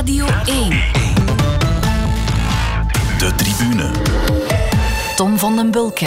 Radio 1. De Tribune. Tom van den Bulke.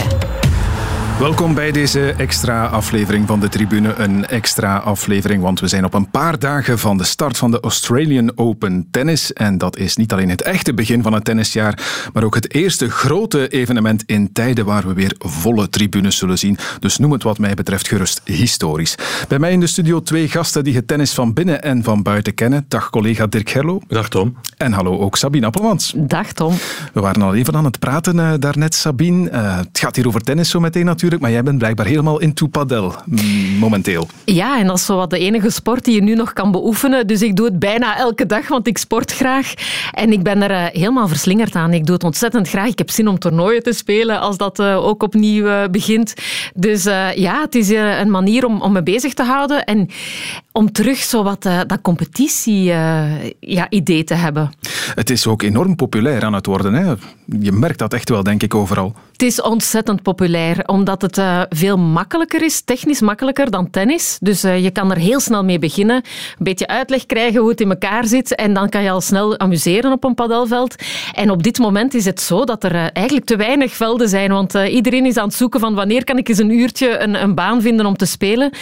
Welkom bij deze extra aflevering van De Tribune. Een extra aflevering, want we zijn op een paar dagen van de start van de Australian Open Tennis. En dat is niet alleen het echte begin van het tennisjaar, maar ook het eerste grote evenement in tijden waar we weer volle tribunes zullen zien. Dus noem het wat mij betreft gerust historisch. Bij mij in de studio 2 gasten die het tennis van binnen en van buiten kennen. Dag collega Dirk Gerlo. Dag Tom. En hallo ook Sabine Appelmans. Dag Tom. We waren al even aan het praten daarnet, Sabine. Het gaat hier over tennis zo meteen natuurlijk. Maar jij bent blijkbaar helemaal into padel, momenteel. Ja, en dat is zo wat de enige sport die je nu nog kan beoefenen. Dus ik doe het bijna elke dag, want ik sport graag. En ik ben er helemaal verslingerd aan. Ik doe het ontzettend graag. Ik heb zin om toernooien te spelen als dat ook opnieuw begint. Dus ja, het is een manier om me bezig te houden en om terug zo wat dat competitie-idee te hebben. Het is ook enorm populair aan het worden, hè? Je merkt dat echt wel, denk ik, overal. Het is ontzettend populair, omdat het veel makkelijker is, technisch makkelijker dan tennis. Dus je kan er heel snel mee beginnen, een beetje uitleg krijgen hoe het in elkaar zit en dan kan je al snel amuseren op een padelveld. En op dit moment is het zo dat er eigenlijk te weinig velden zijn, want iedereen is aan het zoeken van wanneer kan ik eens een uurtje een baan vinden om te spelen.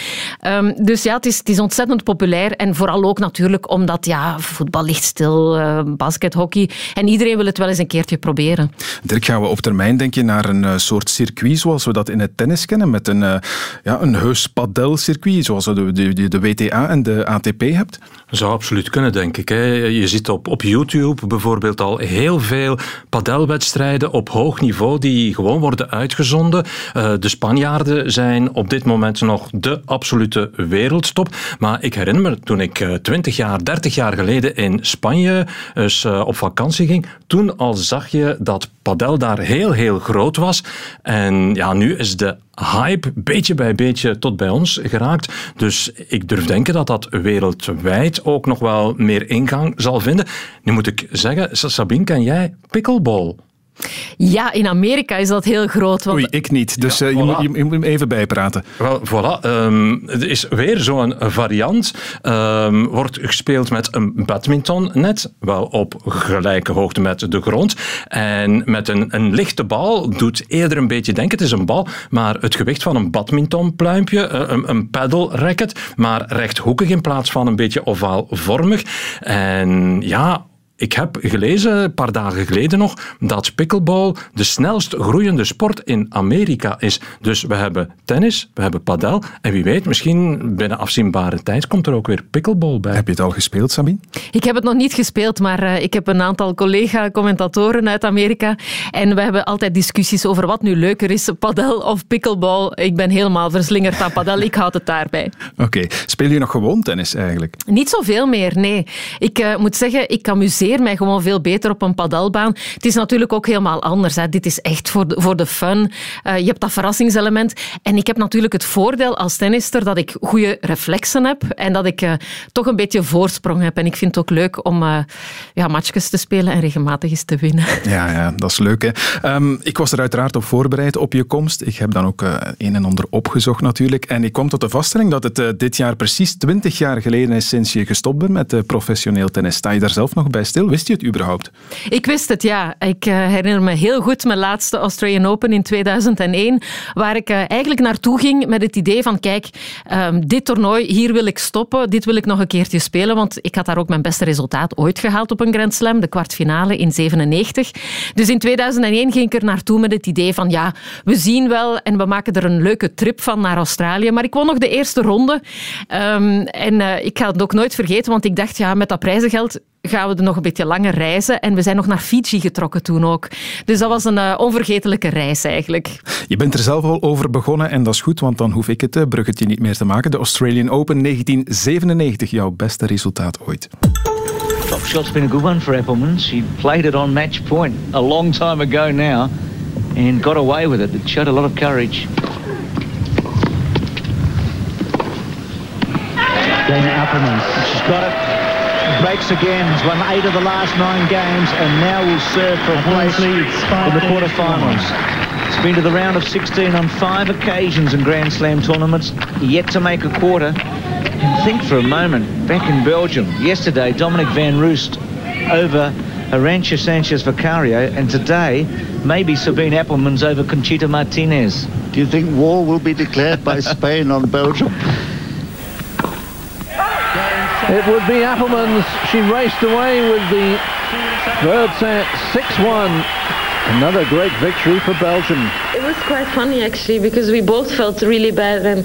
Dus ja, het is ontzettend populair en vooral ook natuurlijk omdat voetbal ligt stil, basket, hockey en iedereen wil het wel eens een keertje proberen. Dirk, gaan we op termijn, denk je, naar een soort circuit zoals we dat in het tennis kennen, met een heus padelcircuit, zoals je de WTA en de ATP hebt? Dat zou absoluut kunnen, denk ik. Je ziet op YouTube bijvoorbeeld al heel veel padelwedstrijden op hoog niveau die gewoon worden uitgezonden. De Spanjaarden zijn op dit moment nog de absolute wereldtop. Maar ik herinner me, toen ik 20 jaar, 30 jaar geleden in Spanje op vakantie ging, toen al zag je dat padel daar heel, heel groot was. En ja, nu is de hype beetje bij beetje tot bij ons geraakt. Dus ik durf denken dat dat wereldwijd ook nog wel meer ingang zal vinden. Nu moet ik zeggen, Sabine, ken jij pickleball? Ja, in Amerika is dat heel groot. Want... Oei, ik niet. Dus je moet hem even bijpraten. Wel, voilà. Het is weer zo'n variant. Wordt gespeeld met een badmintonnet. Wel op gelijke hoogte met de grond. En met een lichte bal. Doet eerder een beetje denken. Het is een bal, maar het gewicht van een badmintonpluimpje. Een paddle racket. Maar rechthoekig in plaats van een beetje ovaalvormig. En ja... Ik heb gelezen, een paar dagen geleden nog, dat pickleball de snelst groeiende sport in Amerika is. Dus we hebben tennis, we hebben padel en wie weet, misschien binnen afzienbare tijd komt er ook weer pickleball bij. Heb je het al gespeeld, Sabine? Ik heb het nog niet gespeeld, maar ik heb een aantal collega-commentatoren uit Amerika en we hebben altijd discussies over wat nu leuker is, padel of pickleball. Ik ben helemaal verslingerd aan padel, ik houd het daarbij. Oké. Speel je nog gewoon tennis eigenlijk? Niet zoveel meer, nee. Ik moet zeggen, ik amuseer mij gewoon veel beter op een padelbaan. Het is natuurlijk ook helemaal anders. Hè. Dit is echt voor de fun. Je hebt dat verrassingselement. En ik heb natuurlijk het voordeel als tennister dat ik goede reflexen heb en dat ik toch een beetje voorsprong heb. En ik vind het ook leuk om matchjes te spelen en regelmatig eens te winnen. Ja, dat is leuk. Hè? Ik was er uiteraard op voorbereid op je komst. Ik heb dan ook een en ander opgezocht natuurlijk. En ik kwam tot de vaststelling dat het dit jaar precies 20 jaar geleden is sinds je gestopt bent met professioneel tennis. Sta je daar zelf nog bij stil? Wist je het überhaupt? Ik wist het, ja. Ik herinner me heel goed mijn laatste Australian Open in 2001, waar ik eigenlijk naartoe ging met het idee van, kijk, dit toernooi, hier wil ik stoppen, dit wil ik nog een keertje spelen, want ik had daar ook mijn beste resultaat ooit gehaald op een Grand Slam, de kwartfinale in 97. Dus in 2001 ging ik er naartoe met het idee van, ja, we zien wel en we maken er een leuke trip van naar Australië, maar ik won nog de eerste ronde. Ik ga het ook nooit vergeten, want ik dacht, ja, met dat prijzengeld gaan we er nog een beetje langer reizen. En we zijn nog naar Fiji getrokken toen ook. Dus dat was een onvergetelijke reis eigenlijk. Je bent er zelf al over begonnen en dat is goed, want dan hoef ik het bruggetje niet meer te maken. De Australian Open 1997, jouw beste resultaat ooit. Top shot's been a good one for Appelman. She played it on match point a long time ago now and got away with it. It showed a lot of courage. Dana Appelman, she's got it. Breaks again, has won 8 of the last 9 games and now will serve for a place in the quarterfinals. It's been to the round of 16 on 5 occasions in Grand Slam tournaments, yet to make a quarter. And think for a moment, back in Belgium, yesterday Dominic van Roost over Arantxa Sanchez Vicario, and today maybe Sabine Appelmans over Conchita Martinez. Do you think war will be declared by Spain on Belgium? It would be Appelmans. She raced away with the third set, 6-1. Another great victory for Belgium. It was quite funny actually, because we both felt really bad, and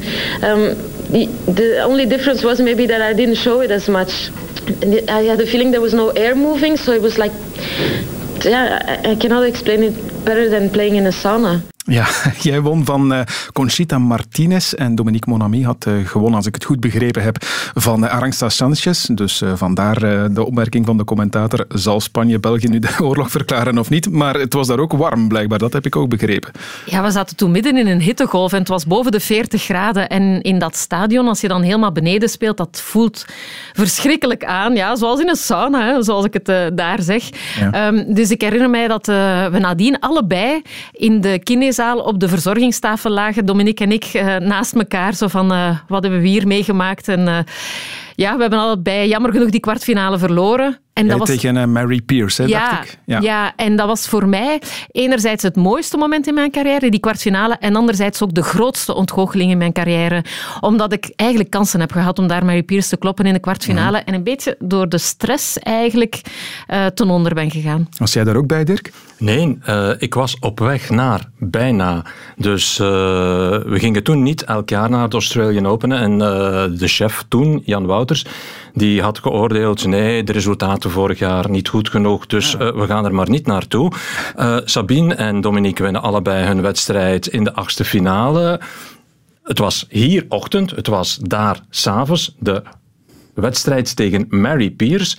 the only difference was maybe that I didn't show it as much. I had the feeling there was no air moving, so it was like, I cannot explain it better than playing in a sauna. Ja, jij won van Conchita Martinez en Dominique Monami had gewonnen, als ik het goed begrepen heb, van Arantxa Sanchez. Dus vandaar de opmerking van de commentator, zal Spanje-België nu de oorlog verklaren of niet? Maar het was daar ook warm blijkbaar, dat heb ik ook begrepen. Ja, we zaten toen midden in een hittegolf en het was boven de 40 graden. En in dat stadion, als je dan helemaal beneden speelt, dat voelt verschrikkelijk aan. Ja, zoals in een sauna, hè, zoals ik het daar zeg. Ja. Dus ik herinner mij dat we nadien allebei in de kinezaal op de verzorgingstafel lagen, Dominique en ik, naast elkaar. Zo van, wat hebben we hier meegemaakt? En ja, we hebben allebei jammer genoeg die kwartfinale verloren. En dat was tegen Mary Pierce, hè, dacht ik. Ja, en dat was voor mij enerzijds het mooiste moment in mijn carrière, die kwartfinale, en anderzijds ook de grootste ontgoocheling in mijn carrière. Omdat ik eigenlijk kansen heb gehad om daar Mary Pierce te kloppen in de kwartfinale. En een beetje door de stress eigenlijk ten onder ben gegaan. Was jij daar ook bij, Dirk? Nee, ik was op weg naar, bijna. Dus we gingen toen niet elk jaar naar het Australian Open. En de chef toen, Jan Wouters, die had geoordeeld, nee, de resultaten vorig jaar niet goed genoeg, dus we gaan er maar niet naartoe. Sabine en Dominique winnen allebei hun wedstrijd in de 8e finale. Het was hier ochtend, het was daar 's avonds, de wedstrijd tegen Mary Pierce.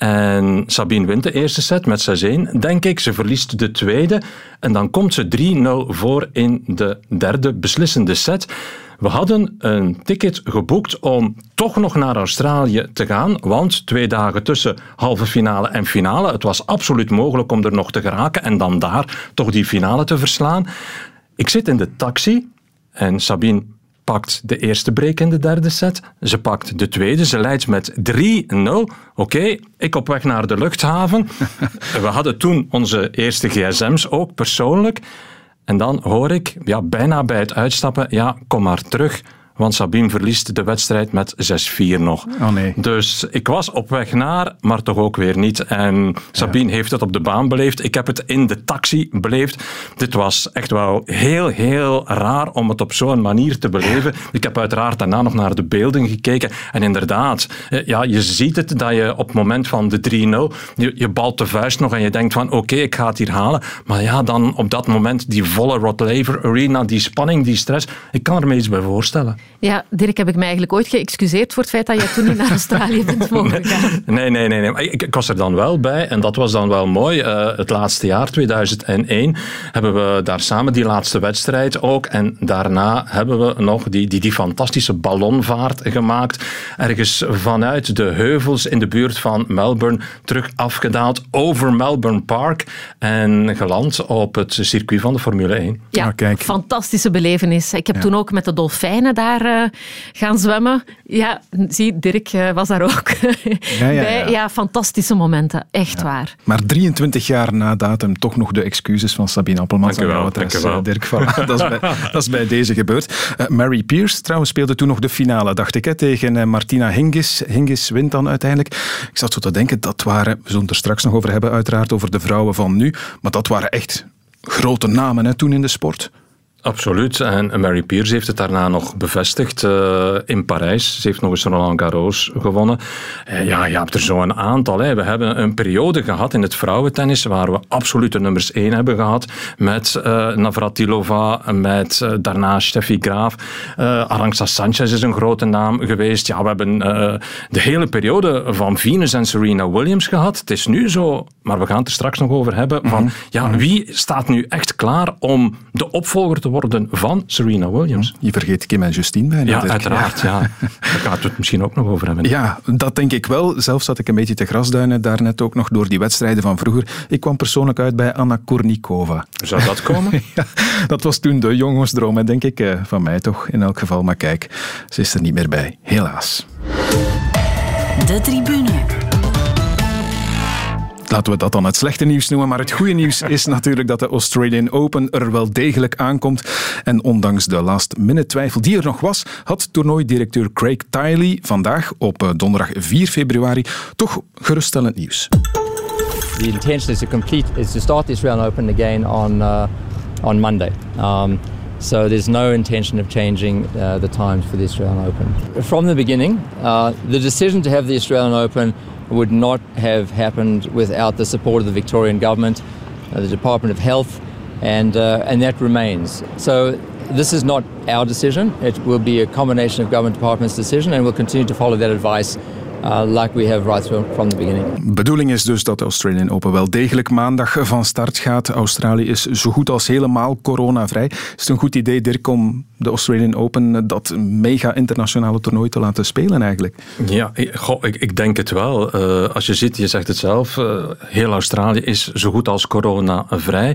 En Sabine wint de eerste set met 6-1, denk ik. Ze verliest de tweede en dan komt ze 3-0 voor in de derde beslissende set. We hadden een ticket geboekt om toch nog naar Australië te gaan, want 2 dagen tussen halve finale en finale, het was absoluut mogelijk om er nog te geraken en dan daar toch die finale te verslaan. Ik zit in de taxi en Sabine pakt de eerste break in de derde set. Ze pakt de tweede. Ze leidt met 3-0. Oké, ik op weg naar de luchthaven. We hadden toen onze eerste gsm's ook persoonlijk. En dan hoor ik, bijna bij het uitstappen, kom maar terug. Want Sabine verliest de wedstrijd met 6-4 nog. Oh nee. Dus ik was op weg naar, maar toch ook weer niet. En Sabine heeft het op de baan beleefd. Ik heb het in de taxi beleefd. Dit was echt wel heel, heel raar om het op zo'n manier te beleven. Ik heb uiteraard daarna nog naar de beelden gekeken. En inderdaad, je ziet het dat je op het moment van de 3-0, je balt de vuist nog en je denkt van oké, ik ga het hier halen. Maar dan op dat moment die volle Rod Laver Arena, die spanning, die stress. Ik kan er me iets bij voorstellen. Ja, Dirk, heb ik mij eigenlijk ooit geëxcuseerd voor het feit dat je toen niet naar Australië bent mogen gaan? Nee. Ik was er dan wel bij en dat was dan wel mooi. Het laatste jaar, 2001, hebben we daar samen die laatste wedstrijd ook. En daarna hebben we nog die fantastische ballonvaart gemaakt. Ergens vanuit de heuvels in de buurt van Melbourne terug afgedaald over Melbourne Park en geland op het circuit van de Formule 1. Ja, kijk. Fantastische belevenis. Ik heb toen ook met de dolfijnen daar gaan zwemmen. Ja, zie, Dirk was daar ook bij. Ja, fantastische momenten. Echt waar. Maar 23 jaar na datum toch nog de excuses van Sabine Appelmans. Dankjewel. Dirk, dat is bij deze gebeurd. Mary Pierce trouwens speelde toen nog de finale, dacht ik, tegen Martina Hingis. Hingis wint dan uiteindelijk. Ik zat zo te denken, dat waren, we zullen het er straks nog over hebben, uiteraard over de vrouwen van nu, maar dat waren echt grote namen toen in de sport. Absoluut. En Mary Pierce heeft het daarna nog bevestigd in Parijs. Ze heeft nog eens Roland Garros gewonnen. Je hebt er zo een aantal. We hebben een periode gehad in het vrouwentennis waar we absoluut de nummers 1 hebben gehad. Met Navratilova, met daarna Steffi Graf. Arantxa Sanchez is een grote naam geweest. Ja, we hebben de hele periode van Venus en Serena Williams gehad. Het is nu zo, maar we gaan het er straks nog over hebben. Van, wie staat nu echt klaar om de opvolger te worden van Serena Williams? Je vergeet Kim en Justine bijna. Ja, uiteraard. Ja. Daar gaan we het misschien ook nog over hebben. Ja, dat denk ik wel. Zelf zat ik een beetje te grasduinen daarnet ook nog door die wedstrijden van vroeger. Ik kwam persoonlijk uit bij Anna Kournikova. Zou dat komen? Ja, dat was toen de jongensdroom, denk ik. Van mij toch, in elk geval. Maar kijk, ze is er niet meer bij. Helaas. De tribune. Laten we dat dan het slechte nieuws noemen. Maar het goede nieuws is natuurlijk dat de Australian Open er wel degelijk aankomt. En ondanks de last-minute twijfel die er nog was, had toernooidirecteur Craig Tiley vandaag op donderdag 4 februari toch geruststellend nieuws. The intention is to start the Australian Open again on Monday. So there's no intention of changing the times for the Australian Open. From the beginning, the decision to have the Australian Open would not have happened without the support of the Victorian government, the Department of Health, and that remains. So this is not our decision. It will be a combination of government departments' decision, and we'll continue to follow that advice like we have right from the beginning. De bedoeling is dus dat de Australian Open wel degelijk maandag van start gaat. Australië is zo goed als helemaal coronavrij. Is het een goed idee, Dirk, om de Australian Open, dat mega internationale toernooi, te laten spelen eigenlijk? Ja, ik denk het wel. Als je ziet, je zegt het zelf, heel Australië is zo goed als coronavrij.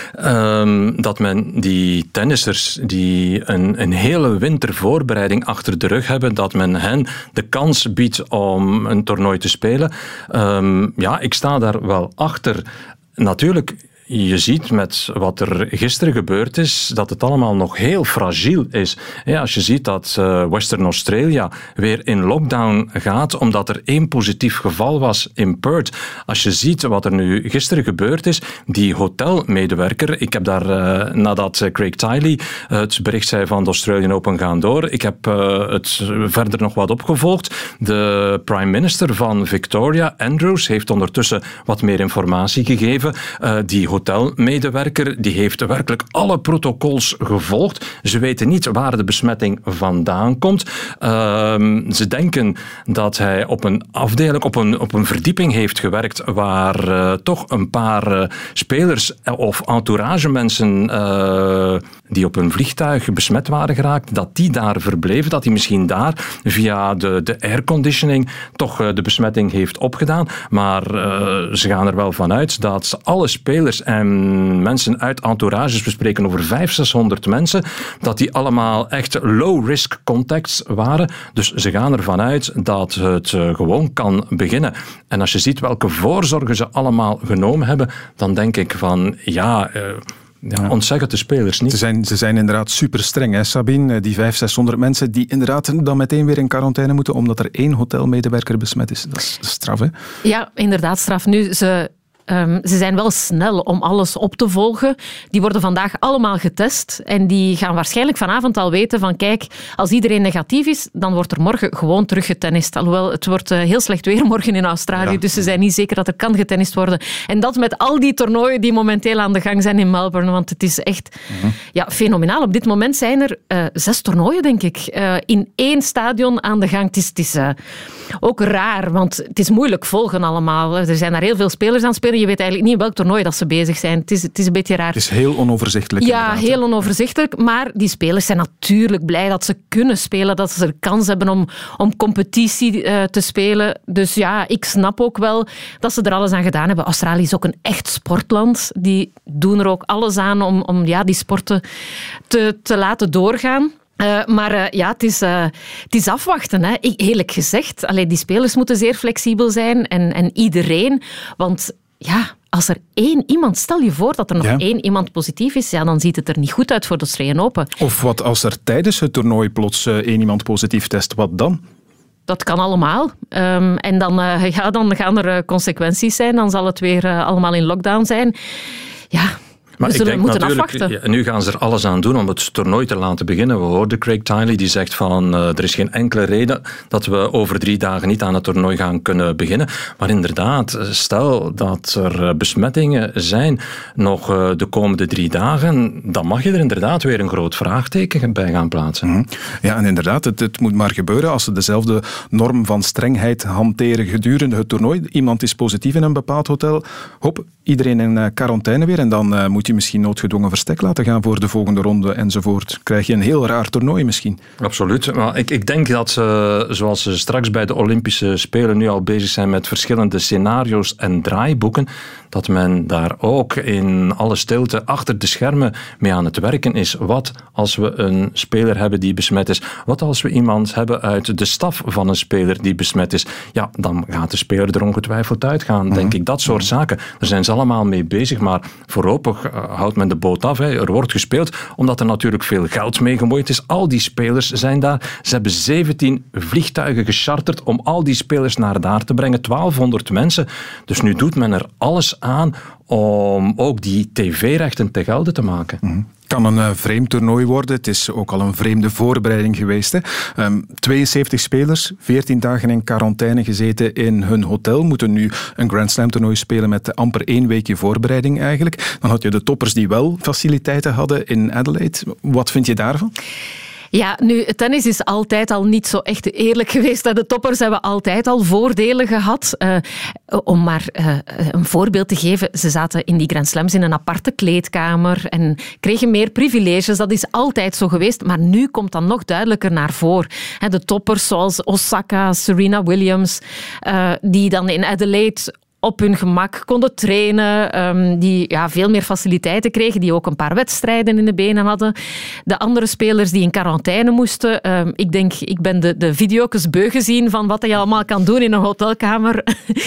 Dat men die tennissers die een hele wintervoorbereiding achter de rug hebben, dat men hen de kans biedt om een toernooi te spelen. Ik sta daar wel achter. Natuurlijk, je ziet met wat er gisteren gebeurd is, dat het allemaal nog heel fragiel is. Ja, als je ziet dat Western Australia weer in lockdown gaat, omdat er 1 positief geval was in Perth. Als je ziet wat er nu gisteren gebeurd is, die hotelmedewerker, ik heb daar, nadat Craig Tiley het bericht zei van de Australian Open gaan door, ik heb het verder nog wat opgevolgd. De prime minister van Victoria, Andrews, heeft ondertussen wat meer informatie gegeven. Die hotelmedewerker die heeft werkelijk alle protocols gevolgd. Ze weten niet waar de besmetting vandaan komt. Ze denken dat hij op een afdeling, op een verdieping heeft gewerkt waar toch een paar spelers of entouragemensen die op een vliegtuig besmet waren geraakt, dat die daar verbleven, dat hij misschien daar via de airconditioning toch de besmetting heeft opgedaan. Maar ze gaan er wel vanuit dat alle spelers en mensen uit entourages, we spreken over 500-600 mensen, dat die allemaal echt low-risk contacts waren. Dus ze gaan ervan uit dat het gewoon kan beginnen. En als je ziet welke voorzorgen ze allemaal genomen hebben, dan denk ik van ontzeggen de spelers niet. Ze zijn inderdaad super streng, hè, Sabine? Die 500-600 mensen die inderdaad dan meteen weer in quarantaine moeten omdat er 1 hotelmedewerker besmet is. Dat is straf, hè? Ja, inderdaad straf. Nu, ze zijn wel snel om alles op te volgen. Die worden vandaag allemaal getest en die gaan waarschijnlijk vanavond al weten van kijk, als iedereen negatief is, dan wordt er morgen gewoon terug getennist. Alhoewel, het wordt heel slecht weer morgen in Australië, dus ze zijn niet zeker dat er kan getennist worden. En dat met al die toernooien die momenteel aan de gang zijn in Melbourne, want het is echt fenomenaal. Op dit moment zijn er 6 toernooien, denk ik, in 1 stadion aan de gang. Het is ook raar, want het is moeilijk volgen allemaal. Er zijn daar heel veel spelers aan het spelen. Je weet eigenlijk niet welk toernooi dat ze bezig zijn. Het is een beetje raar. Het is heel onoverzichtelijk. Ja, heel onoverzichtelijk. Maar die spelers zijn natuurlijk blij dat ze kunnen spelen, dat ze er kans hebben om competitie te spelen. Dus ja, ik snap ook wel dat ze er alles aan gedaan hebben. Australië is ook een echt sportland. Die doen er ook alles aan om die sporten te laten doorgaan. Het is afwachten. Hè. Eerlijk gezegd, die spelers moeten zeer flexibel zijn en iedereen. Want ja, als er 1 iemand, stel je voor dat er nog 1 iemand positief is, dan ziet het er niet goed uit voor de Australian Open. Of wat als er tijdens het toernooi plots 1 iemand positief test, wat dan? Dat kan allemaal. En dan gaan er consequenties zijn. Dan zal het weer allemaal in lockdown zijn. Ja. Maar ik denk natuurlijk, nu gaan ze er alles aan doen om het toernooi te laten beginnen. We hoorden Craig Tiley, die zegt van er is geen enkele reden dat we over 3 dagen niet aan het toernooi gaan kunnen beginnen. Maar inderdaad, stel dat er besmettingen zijn nog de komende 3 dagen, dan mag je er inderdaad weer een groot vraagteken bij gaan plaatsen. Ja, en inderdaad, het moet maar gebeuren als ze dezelfde norm van strengheid hanteren gedurende het toernooi. Iemand is positief in een bepaald hotel, hop, iedereen in quarantaine weer en dan moet moet je misschien noodgedwongen verstek laten gaan voor de volgende ronde enzovoort. Krijg je een heel raar toernooi misschien. Absoluut. Maar ik denk dat ze, zoals ze straks bij de Olympische Spelen nu al bezig zijn met verschillende scenario's en draaiboeken, dat men daar ook in alle stilte achter de schermen mee aan het werken is. Wat als we een speler hebben die besmet is? Wat als we iemand hebben uit de staf van een speler die besmet is? Ja, dan gaat de speler er ongetwijfeld uitgaan, denk ik. Dat soort zaken. Daar zijn ze allemaal mee bezig, maar voorlopig houdt men de boot af. Hè. Er wordt gespeeld, omdat er natuurlijk veel geld mee gemoeid is. Al die spelers zijn daar. Ze hebben 17 vliegtuigen gecharterd om al die spelers naar daar te brengen. 1200 mensen. Dus nu doet men er alles aan om ook die tv-rechten te gelden te maken. Kan een vreemd toernooi worden. Het is ook al een vreemde voorbereiding geweest. Hè. 72 spelers, 14 dagen in quarantaine gezeten in hun hotel, moeten nu een Grand Slam toernooi spelen met amper 1 weekje voorbereiding eigenlijk. Dan had je de toppers die wel faciliteiten hadden in Adelaide. Wat vind je daarvan? Ja, nu, tennis is altijd al niet zo echt eerlijk geweest. De toppers hebben altijd al voordelen gehad. Om maar een voorbeeld te geven, ze zaten in die Grand Slams in een aparte kleedkamer en kregen meer privileges. Dat is altijd zo geweest, maar nu komt dat nog duidelijker naar voren. De toppers zoals Osaka, Serena Williams, die dan in Adelaide op hun gemak konden trainen, die veel meer faciliteiten kregen, die ook een paar wedstrijden in de benen hadden. De andere spelers die in quarantaine moesten, ik ben de video's beu gezien van wat je allemaal kan doen in een hotelkamer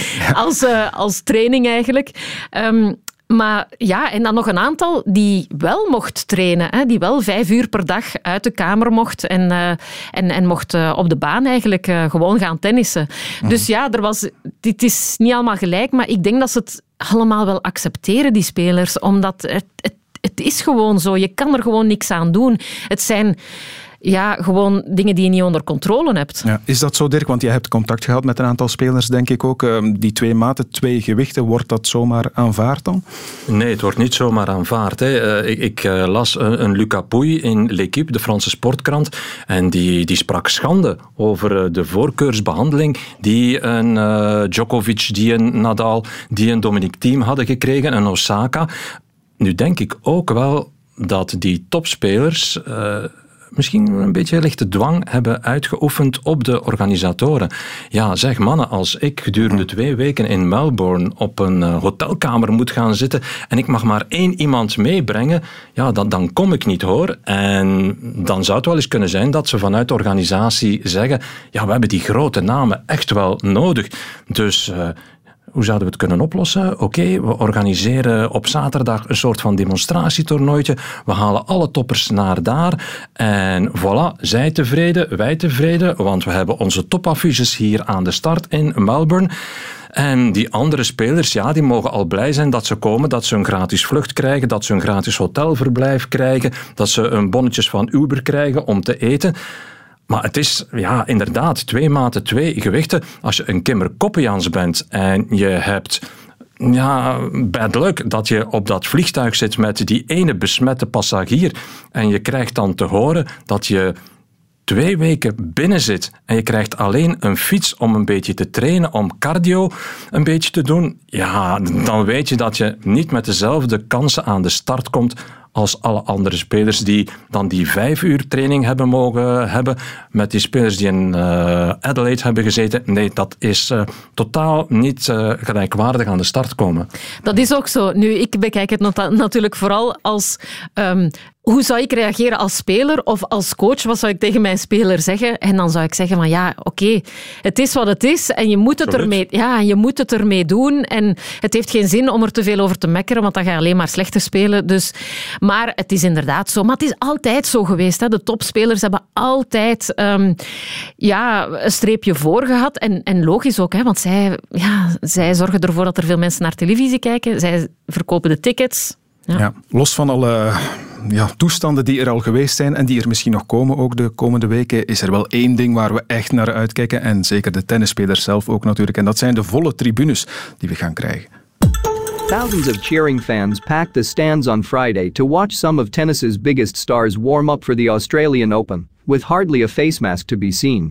als training eigenlijk. Maar ja, en dan nog een aantal die wel mocht trainen, hè, die wel 5 uur per dag uit de kamer mocht en mocht op de baan eigenlijk gewoon gaan tennissen. Dus ja, dit is niet allemaal gelijk, maar ik denk dat ze het allemaal wel accepteren, die spelers, omdat het is gewoon zo. Je kan er gewoon niks aan doen. Het zijn gewoon dingen die je niet onder controle hebt. Ja, is dat zo, Dirk? Want jij hebt contact gehad met een aantal spelers, denk ik ook. Die 2 maten, 2 gewichten, wordt dat zomaar aanvaard dan? Nee, het wordt niet zomaar aanvaard. Hè. Ik las een Lucas Pouille in L'Équipe, de Franse sportkrant, en die sprak schande over de voorkeursbehandeling die een Djokovic, die een Nadal, die een Dominic Thiem hadden gekregen, een Osaka. Nu denk ik ook wel dat die topspelers misschien een beetje lichte dwang hebben uitgeoefend op de organisatoren. Ja, zeg mannen, als ik gedurende 2 weken in Melbourne op een hotelkamer moet gaan zitten en ik mag maar 1 iemand meebrengen, ja, dan kom ik niet, hoor. En dan zou het wel eens kunnen zijn dat ze vanuit de organisatie zeggen, ja, we hebben die grote namen echt wel nodig. Dus hoe zouden we het kunnen oplossen? Oké, we organiseren op zaterdag een soort van demonstratietoernooitje. We halen alle toppers naar daar. En voilà, zij tevreden, wij tevreden. Want we hebben onze topaffiches hier aan de start in Melbourne. En die andere spelers, ja, die mogen al blij zijn dat ze komen, dat ze een gratis vlucht krijgen, dat ze een gratis hotelverblijf krijgen, dat ze een bonnetjes van Uber krijgen om te eten. Maar het is, ja, inderdaad, 2 maten, 2 gewichten. Als je een Kimmer Koppejans bent en je hebt bad luck dat je op dat vliegtuig zit met die ene besmette passagier en je krijgt dan te horen dat je 2 weken binnen zit en je krijgt alleen een fiets om een beetje te trainen, om cardio een beetje te doen, ja, dan weet je dat je niet met dezelfde kansen aan de start komt als alle andere spelers die dan die 5 uur training hebben mogen hebben met die spelers die in Adelaide hebben gezeten. Nee, dat is totaal niet gelijkwaardig aan de start komen. Dat is ook zo. Nu, ik bekijk het natuurlijk vooral als hoe zou ik reageren als speler of als coach? Wat zou ik tegen mijn speler zeggen? En dan zou ik zeggen van ja, oké, het is wat het is en je moet het ermee doen. En het heeft geen zin om er te veel over te mekkeren, want dan ga je alleen maar slechter spelen. Dus, maar het is inderdaad zo. Maar het is altijd zo geweest. Hè. De topspelers hebben altijd een streepje voor gehad. En logisch ook, hè, want zij zorgen ervoor dat er veel mensen naar televisie kijken. Zij verkopen de tickets. Ja, los van alle toestanden die er al geweest zijn en die er misschien nog komen, ook de komende weken, is er wel 1 ding waar we echt naar uitkijken. En zeker de tennisspelers zelf ook natuurlijk. En dat zijn de volle tribunes die we gaan krijgen. Thousands of cheering fans packed the stands on Friday to watch some of tennis's biggest stars warm up for the Australian Open, with hardly a face mask to be seen.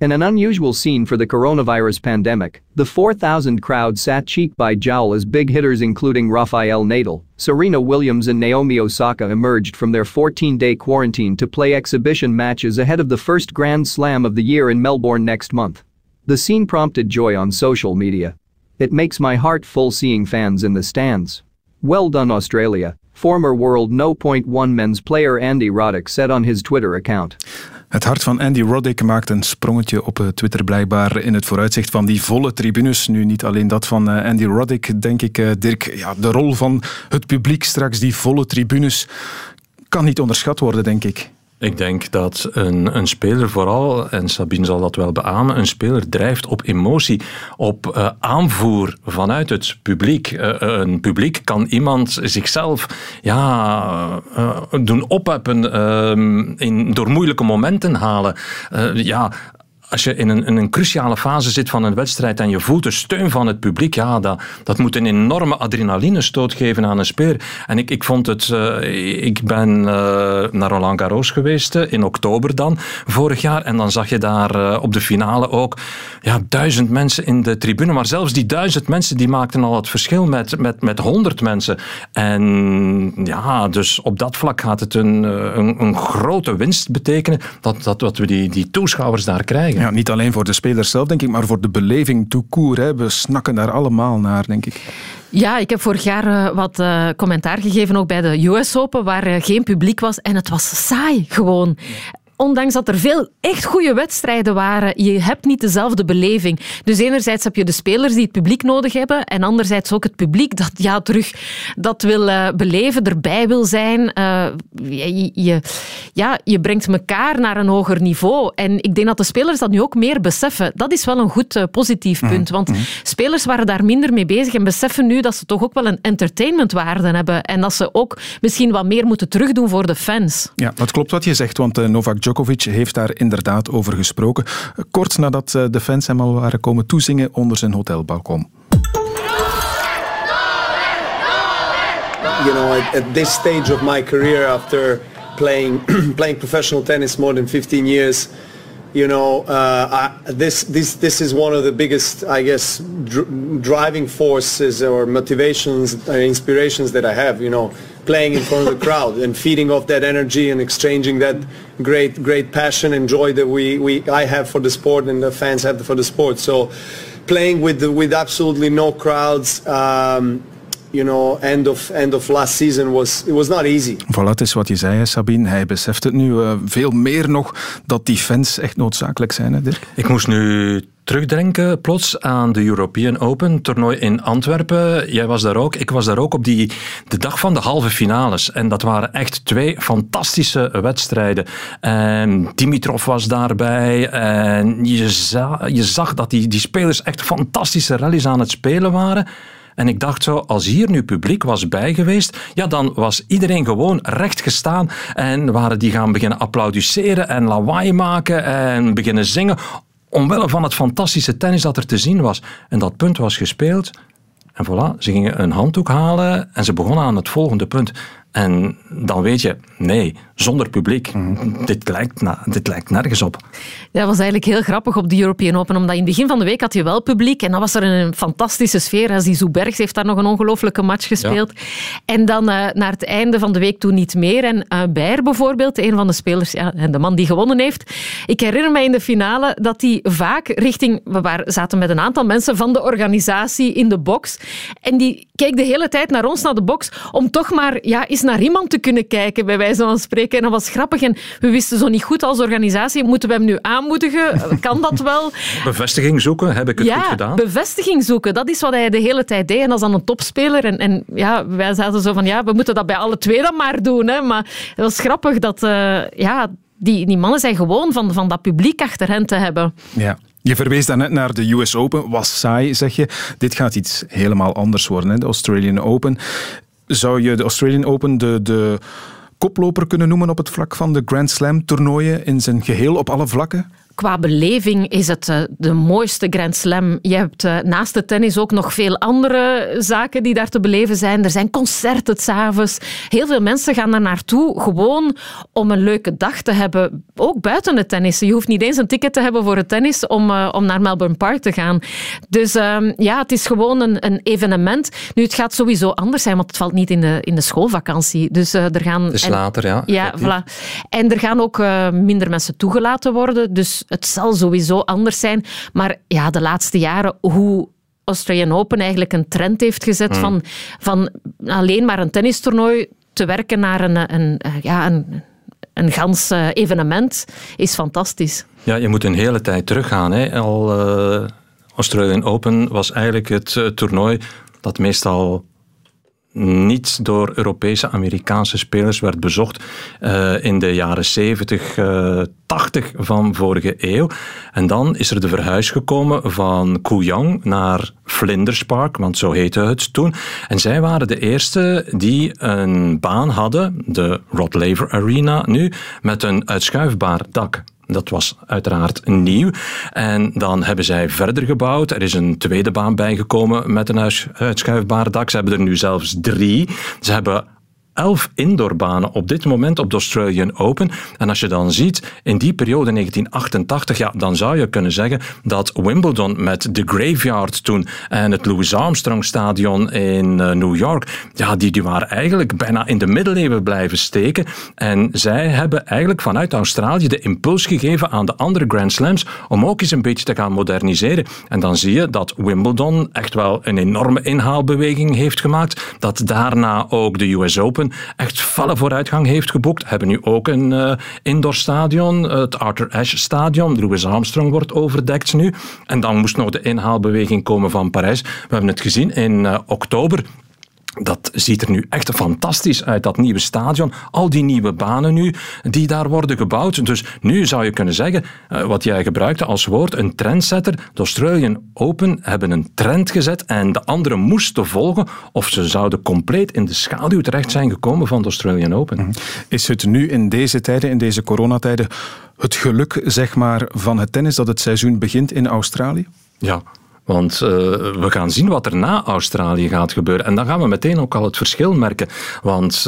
In an unusual scene for the coronavirus pandemic, the 4,000 crowd sat cheek by jowl as big hitters including Rafael Nadal, Serena Williams and Naomi Osaka emerged from their 14-day quarantine to play exhibition matches ahead of the first Grand Slam of the year in Melbourne next month. The scene prompted joy on social media. It makes my heart full seeing fans in the stands. Well done Australia, former World No.1 men's player Andy Roddick said on his Twitter account. Het hart van Andy Roddick maakt een sprongetje op Twitter blijkbaar in het vooruitzicht van die volle tribunes. Nu niet alleen dat van Andy Roddick, denk ik, Dirk. Ja, de rol van het publiek straks, die volle tribunes, kan niet onderschat worden, denk ik. Ik denk dat een speler vooral, en Sabine zal dat wel beamen, een speler drijft op emotie, op aanvoer vanuit het publiek. Een publiek kan iemand zichzelf doen opheffen, door moeilijke momenten halen. Als je in een cruciale fase zit van een wedstrijd en je voelt de steun van het publiek, dat moet een enorme adrenalinestoot geven aan een speler. En ik vond het... ik ben naar Roland Garros geweest, in oktober dan, vorig jaar. En dan zag je daar op de finale ook 1000 mensen in de tribune. Maar zelfs die 1000 mensen die maakten al het verschil met 100 mensen. En dus op dat vlak gaat het een grote winst betekenen dat we die toeschouwers daar krijgen. Ja, niet alleen voor de spelers zelf, denk ik, maar voor de beleving tout court. Hè. We snakken daar allemaal naar, denk ik. Ja, ik heb vorig jaar wat commentaar gegeven, ook bij de US Open, waar geen publiek was. En het was saai, gewoon. Ondanks dat er veel echt goede wedstrijden waren, je hebt niet dezelfde beleving. Dus enerzijds heb je de spelers die het publiek nodig hebben en anderzijds ook het publiek dat wil beleven, erbij wil zijn. Je brengt elkaar naar een hoger niveau. En ik denk dat de spelers dat nu ook meer beseffen. Dat is wel een goed positief punt, want spelers waren daar minder mee bezig en beseffen nu dat ze toch ook wel een entertainmentwaarde hebben en dat ze ook misschien wat meer moeten terugdoen voor de fans. Ja, dat klopt wat je zegt, want Novak Djokovic heeft daar inderdaad over gesproken. Kort nadat de fans hem al waren komen toezingen onder zijn hotelbalkon. You know, at this stage of my career, after playing professional tennis more than 15 years, you know, this is one of the biggest, I guess, driving forces or motivations or inspirations that I have, you know, playing in front of the crowd and feeding off that energy and exchanging that great passion and joy that I have for the sport and the fans have for the sport. So playing with absolutely no crowds, you know, end of last season was not easy. Voilà, het is wat je zei, Sabine. Hij beseft het nu veel meer nog dat die fans echt noodzakelijk zijn, hè, Dirk? Ik moest nu terugdenken plots aan de European Open toernooi in Antwerpen. Jij was daar ook. Ik was daar ook op de dag van de halve finales. En dat waren echt 2 fantastische wedstrijden. En Dimitrov was daarbij. En je zag dat die spelers echt fantastische rallies aan het spelen waren. En ik dacht zo, als hier nu publiek was bij geweest, dan was iedereen gewoon recht gestaan en waren die gaan beginnen applaudisseren en lawaai maken en beginnen zingen, omwille van het fantastische tennis dat er te zien was. En dat punt was gespeeld. En voilà, ze gingen een handdoek halen en ze begonnen aan het volgende punt. En dan weet je, nee, zonder publiek, dit lijkt nergens op. Dat was eigenlijk heel grappig op de European Open, omdat in het begin van de week had je wel publiek en dan was er een fantastische sfeer. Zizou Bergs heeft daar nog een ongelooflijke match gespeeld. Ja. En dan naar het einde van de week toen niet meer. En Beyer bijvoorbeeld, een van de spelers, en de man die gewonnen heeft. Ik herinner mij in de finale dat hij vaak we zaten met een aantal mensen van de organisatie in de box en die keek de hele tijd naar ons, naar de box, om toch maar eens naar iemand te kunnen kijken, bij wijze van spreken. En dat was grappig. En we wisten zo niet goed als organisatie, moeten we hem nu aanmoedigen? Kan dat wel? Bevestiging zoeken, heb ik het goed gedaan? Ja, bevestiging zoeken. Dat is wat hij de hele tijd deed. En dat is dan een topspeler. En wij zaten zo van, we moeten dat bij alle 2 dan maar doen. Hè. Maar het was grappig dat die mannen zijn gewoon van dat publiek achter hen te hebben. Ja. Je verwees daarnet naar de US Open. Was saai, zeg je. Dit gaat iets helemaal anders worden, hè? De Australian Open. Zou je de Australian Open de koploper kunnen noemen op het vlak van de Grand Slam toernooien in zijn geheel, op alle vlakken? qua beleving is het de mooiste Grand Slam. Je hebt naast de tennis ook nog veel andere zaken die daar te beleven zijn. Er zijn concerten 's avonds. Heel veel mensen gaan daar naartoe gewoon om een leuke dag te hebben. Ook buiten het tennissen. Je hoeft niet eens een ticket te hebben voor het tennis om naar Melbourne Park te gaan. Dus het is gewoon een evenement. Nu, het gaat sowieso anders zijn, want het valt niet in de schoolvakantie. Dus er gaan... Het is later, ja. Ja, voilà. En er gaan ook minder mensen toegelaten worden. Dus het zal sowieso anders zijn. Maar ja, de laatste jaren, hoe Australian Open eigenlijk een trend heeft gezet van alleen maar een tennistoernooi te werken naar een gans evenement, is fantastisch. Ja, je moet een hele tijd teruggaan. Hè. Australian Open was eigenlijk het toernooi dat meestal niet door Europese, Amerikaanse spelers werd bezocht in de jaren 70, 80 van vorige eeuw. En dan is er de verhuis gekomen van Kooyong naar Flinders Park, want zo heette het toen. En zij waren de eerste die een baan hadden, de Rod Laver Arena nu, met een uitschuifbaar dak. Dat was uiteraard nieuw. En dan hebben zij verder gebouwd. Er is een tweede baan bijgekomen met een uitschuifbaar dak. Ze hebben er nu zelfs 3. Ze hebben 11 indoorbanen op dit moment op de Australian Open. En als je dan ziet, in die periode 1988, dan zou je kunnen zeggen dat Wimbledon met de Graveyard toen en het Louis Armstrong Stadion in New York, die waren eigenlijk bijna in de middeleeuwen blijven steken. En zij hebben eigenlijk vanuit Australië de impuls gegeven aan de andere Grand Slams om ook eens een beetje te gaan moderniseren. En dan zie je dat Wimbledon echt wel een enorme inhaalbeweging heeft gemaakt. Dat daarna ook de US Open echt felle vooruitgang heeft geboekt. Hebben nu ook een indoorstadion, het Arthur Ashe Stadion. Louis Armstrong wordt overdekt nu. En dan moest nog de inhaalbeweging komen van Parijs. We hebben het gezien in oktober. Dat ziet er nu echt fantastisch uit, dat nieuwe stadion. Al die nieuwe banen nu, die daar worden gebouwd. Dus nu zou je kunnen zeggen, wat jij gebruikte als woord, een trendsetter. De Australian Open hebben een trend gezet en de anderen moesten volgen of ze zouden compleet in de schaduw terecht zijn gekomen van de Australian Open. Is het nu in deze tijden, in deze coronatijden, het geluk, zeg maar, van het tennis dat het seizoen begint in Australië? Ja. Want we gaan zien wat er na Australië gaat gebeuren. En dan gaan we meteen ook al het verschil merken. Want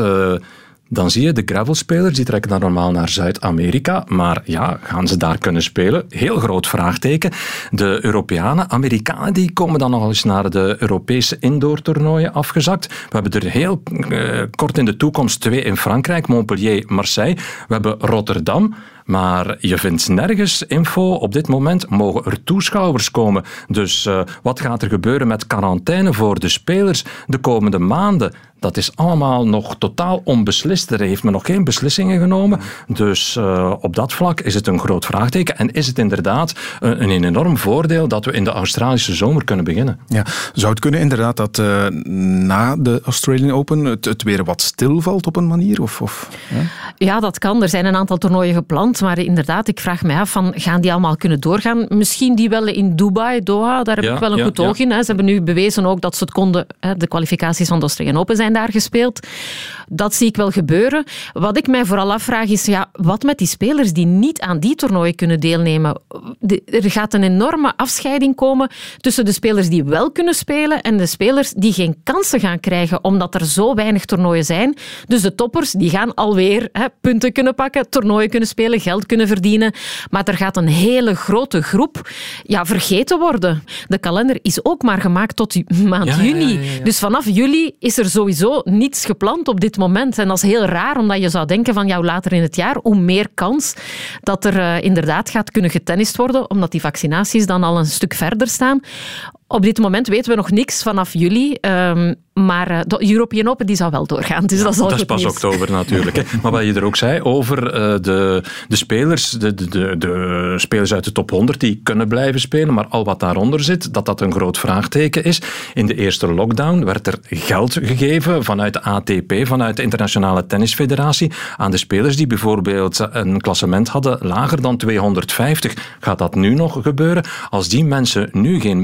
dan zie je de gravelspelers, die trekken dan normaal naar Zuid-Amerika. Maar ja, gaan ze daar kunnen spelen? Heel groot vraagteken. De Europeanen, Amerikanen, die komen dan nog eens naar de Europese indoortoernooien afgezakt. We hebben er heel kort in de toekomst 2 in Frankrijk, Montpellier, Marseille. We hebben Rotterdam. Maar je vindt nergens info. Op dit moment mogen er toeschouwers komen. Dus wat gaat er gebeuren met quarantaine voor de spelers de komende maanden? Dat is allemaal nog totaal onbeslist. Er heeft men nog geen beslissingen genomen. Dus op dat vlak is het een groot vraagteken. En is het inderdaad een enorm voordeel dat we in de Australische zomer kunnen beginnen. Ja, zou het kunnen inderdaad dat na de Australian Open het weer wat stilvalt op een manier? Ja, dat kan. Er zijn een aantal toernooien gepland. Maar inderdaad, ik vraag mij af, gaan die allemaal kunnen doorgaan? Misschien die wel in Dubai, Doha, daar heb ik wel een goed oog in. Hè. Ze hebben nu bewezen ook dat ze het konden. De kwalificaties van de Australian Open zijn daar gespeeld. Dat zie ik wel gebeuren. Wat ik mij vooral afvraag is, wat met die spelers die niet aan die toernooien kunnen deelnemen? Er gaat een enorme afscheiding komen tussen de spelers die wel kunnen spelen en de spelers die geen kansen gaan krijgen, omdat er zo weinig toernooien zijn. Dus de toppers, die gaan alweer punten kunnen pakken, toernooien kunnen spelen, geld kunnen verdienen. Maar er gaat een hele grote groep vergeten worden. De kalender is ook maar gemaakt tot maand juni. Ja. Dus vanaf juli is er sowieso niets gepland op dit moment. En dat is heel raar, omdat je zou denken van later in het jaar, hoe meer kans dat er inderdaad gaat kunnen getennist worden, omdat die vaccinaties dan al een stuk verder staan. Op dit moment weten we nog niks vanaf juli, maar de European Open die zou wel doorgaan. Dus dat is al goed pas nieuws. Oktober natuurlijk. Hè. Maar wat je er ook zei over de spelers, de spelers uit de top 100 die kunnen blijven spelen, maar al wat daaronder zit, dat een groot vraagteken is. In de eerste lockdown werd er geld gegeven vanuit de ATP, vanuit de Internationale Tennisfederatie, aan de spelers die bijvoorbeeld een klassement hadden lager dan 250. Gaat dat nu nog gebeuren? Als die mensen nu geen middelen krijgen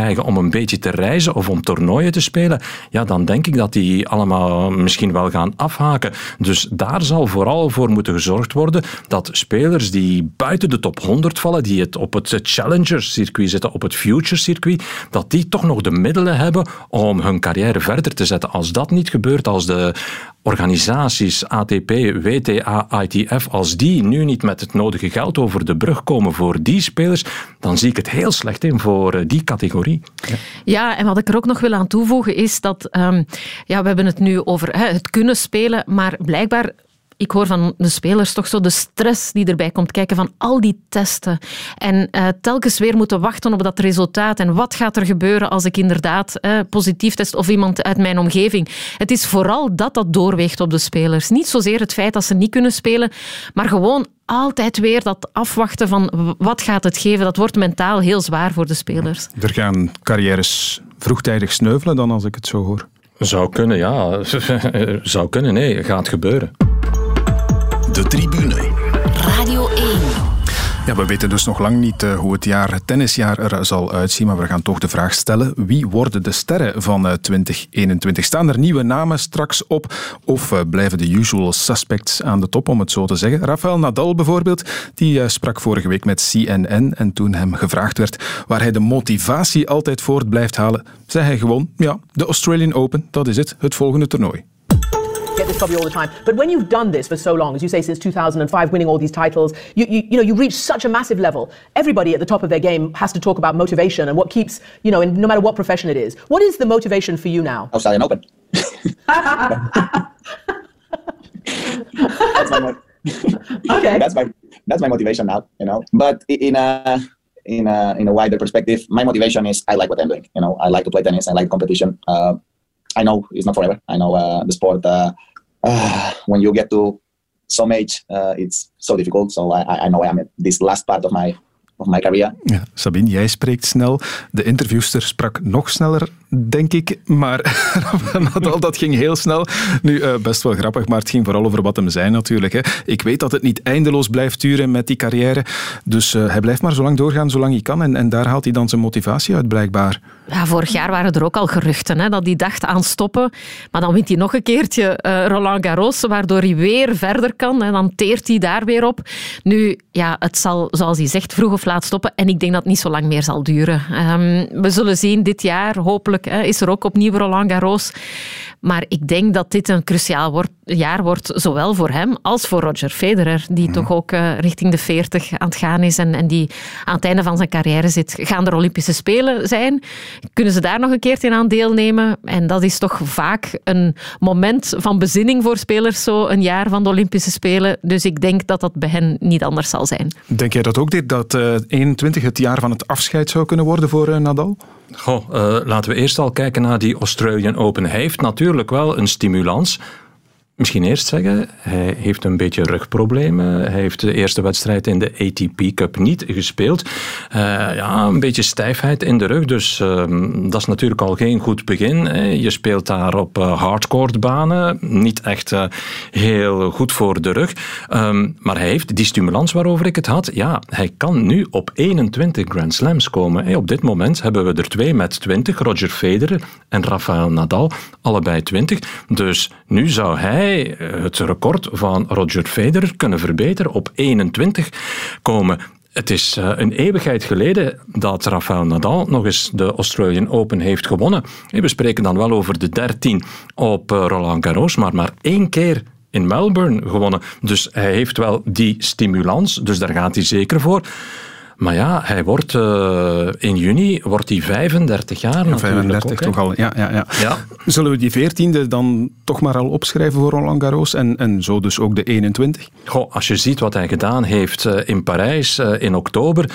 krijgen om een beetje te reizen of om toernooien te spelen, ja, dan denk ik dat die allemaal misschien wel gaan afhaken. Dus daar zal vooral voor moeten gezorgd worden dat spelers die buiten de top 100 vallen, die het op het Challenger-circuit zitten, op het Future-circuit, dat die toch nog de middelen hebben om hun carrière verder te zetten. Als dat niet gebeurt, als de organisaties ATP, WTA, ITF, als die nu niet met het nodige geld over de brug komen voor die spelers, dan zie ik het heel slecht in voor die categorie. Ja, en wat ik er ook nog wil aan toevoegen is dat we hebben het nu over het kunnen spelen, maar blijkbaar, ik hoor van de spelers toch zo de stress die erbij komt kijken van al die testen. En telkens weer moeten wachten op dat resultaat. En wat gaat er gebeuren als ik inderdaad positief test of iemand uit mijn omgeving. Het is vooral dat doorweegt op de spelers. Niet zozeer het feit dat ze niet kunnen spelen, maar gewoon altijd weer dat afwachten van wat gaat het geven. Dat wordt mentaal heel zwaar voor de spelers. Er gaan carrières vroegtijdig sneuvelen dan, als ik het zo hoor. Zou kunnen, ja. Zou kunnen, nee. Gaat gebeuren. De tribune. Radio 1. Ja, we weten dus nog lang niet hoe het tennisjaar er zal uitzien, maar we gaan toch de vraag stellen: wie worden de sterren van 2021? Staan er nieuwe namen straks op of blijven de usual suspects aan de top, om het zo te zeggen? Rafael Nadal bijvoorbeeld, die sprak vorige week met CNN en toen hem gevraagd werd waar hij de motivatie altijd voort blijft halen, zei hij gewoon, ja, de Australian Open, dat is het volgende toernooi. Get this copy all the time. But when you've done this for so long, as you say, since 2005, winning all these titles, you reach such a massive level. Everybody at the top of their game has to talk about motivation and what keeps, in no matter what profession it is. What is the motivation for you now? Australian Open. Okay. That's my motivation now, But in a wider perspective, my motivation is I like what I'm doing. I like to play tennis. I like competition. I know it's not forever. I know the sport, when you get to some age, it's so difficult. So I know I'm at this last part of my career. Ja, Sabine, jij spreekt snel. De interviewster sprak nog sneller, denk ik. Maar Nadal, dat ging heel snel. Nu, best wel grappig, maar het ging vooral over wat hem zei natuurlijk. Hè. Ik weet dat het niet eindeloos blijft duren met die carrière. Dus hij blijft maar zo lang doorgaan, zolang hij kan. En daar haalt hij dan zijn motivatie uit, blijkbaar. Ja, vorig jaar waren er ook al geruchten dat hij dacht aan stoppen. Maar dan wint hij nog een keertje Roland Garros, waardoor hij weer verder kan. En dan teert hij daar weer op. Nu, ja, het zal, zoals hij zegt, vroeg of laat stoppen. En ik denk dat het niet zo lang meer zal duren. We zullen zien dit jaar, hopelijk is er ook opnieuw Roland Garros. Maar ik denk dat dit een cruciaal jaar wordt, zowel voor hem als voor Roger Federer, die toch ook richting de 40 aan het gaan is en die aan het einde van zijn carrière zit. Gaan er Olympische Spelen zijn? Kunnen ze daar nog een keertje aan deelnemen? En dat is toch vaak een moment van bezinning voor spelers, zo een jaar van de Olympische Spelen. Dus ik denk dat dat bij hen niet anders zal zijn. Denk jij dat ook, dat 21 het jaar van het afscheid zou kunnen worden voor Nadal? Laten we eerst al kijken naar die Australian Open. Hij heeft natuurlijk wel een stimulans. Misschien eerst zeggen, hij heeft een beetje rugproblemen. Hij heeft de eerste wedstrijd in de ATP Cup niet gespeeld. Een beetje stijfheid in de rug, dus dat is natuurlijk al geen goed begin. Je speelt daar op hardcourtbanen, niet echt heel goed voor de rug. Maar hij heeft die stimulans waarover ik het had. Ja, hij kan nu op 21 Grand Slams komen. Op dit moment hebben we er 2 met 20, Roger Federer en Rafael Nadal, allebei 20. Dus nu zou hij het record van Roger Federer kunnen verbeteren, op 21 komen. Het is een eeuwigheid geleden dat Rafael Nadal nog eens de Australian Open heeft gewonnen. We spreken dan wel over de 13 op Roland Garros, maar 1 keer in Melbourne gewonnen. Dus hij heeft wel die stimulans, dus daar gaat hij zeker voor. Maar ja, hij wordt in juni 35 jaar natuurlijk. 35 ook, toch al, ja. Zullen we die 14e dan toch maar al opschrijven voor Roland Garros en zo dus ook de 21? Als je ziet wat hij gedaan heeft in Parijs in oktober.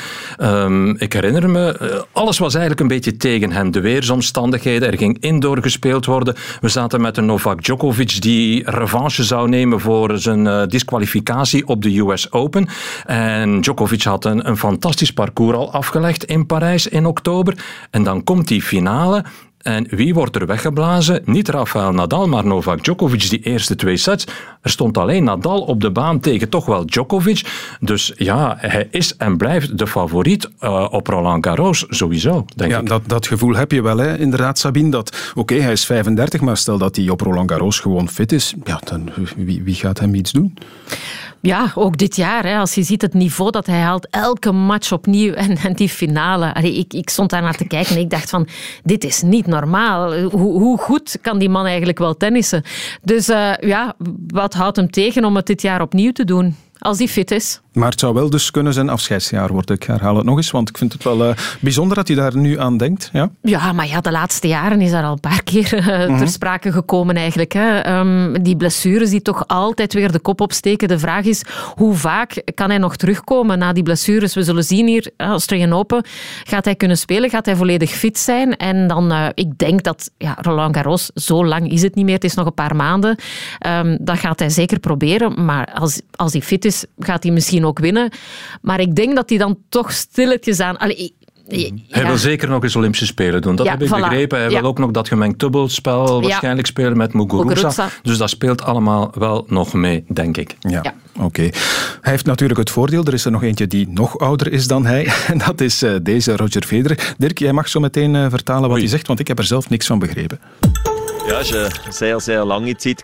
Ik herinner me, alles was eigenlijk een beetje tegen hem. De weersomstandigheden, er ging indoor gespeeld worden. We zaten met een Novak Djokovic die revanche zou nemen voor zijn disqualificatie op de US Open. En Djokovic had een fantastisch parcours al afgelegd in Parijs in oktober. En dan komt die finale En wie wordt er weggeblazen? Niet Rafael Nadal, maar Novak Djokovic, die eerste 2 sets. Er stond alleen Nadal op de baan tegen toch wel Djokovic. Dus ja, hij is en blijft de favoriet op Roland Garros, sowieso, denk ik. Dat gevoel heb je wel, hè? Inderdaad, Sabine. Oké, hij is 35, maar stel dat hij op Roland Garros gewoon fit is, ja, dan wie gaat hem iets doen? Ja, ook dit jaar. Hè, als je ziet het niveau dat hij haalt, elke match opnieuw en die finale. Ik stond daar naar te kijken en ik dacht van, dit is niet normaal. Hoe goed kan die man eigenlijk wel tennissen? Dus wat houdt hem tegen om het dit jaar opnieuw te doen? Als hij fit is. Maar het zou wel dus kunnen zijn afscheidsjaar worden. Ik herhaal het nog eens, want ik vind het wel bijzonder dat hij daar nu aan denkt. Ja, ja, maar ja, de laatste jaren is daar al een paar keer ter sprake gekomen eigenlijk. Hè. Die blessures die toch altijd weer de kop opsteken. De vraag is, hoe vaak kan hij nog terugkomen na die blessures? We zullen zien hier, Australian Open, gaat hij kunnen spelen? Gaat hij volledig fit zijn? En dan, ik denk dat Roland Garros, zo lang is het niet meer. Het is nog een paar maanden. Dat gaat hij zeker proberen. Maar als hij fit is, gaat hij misschien ook winnen. Maar ik denk dat hij dan toch stilletjes aan... Hij wil zeker nog eens Olympische Spelen doen. Dat heb ik begrepen. Hij wil ook nog dat gemengd dubbelspel waarschijnlijk spelen met Muguruza. Dus dat speelt allemaal wel nog mee, denk ik. Ja. Oké. Hij heeft natuurlijk het voordeel. Er is er nog eentje die nog ouder is dan hij. En dat is deze Roger Federer. Dirk, jij mag zo meteen vertalen wat hij zegt, want ik heb er zelf niks van begrepen. Ja, es war eine sehr, sehr lange Zeit.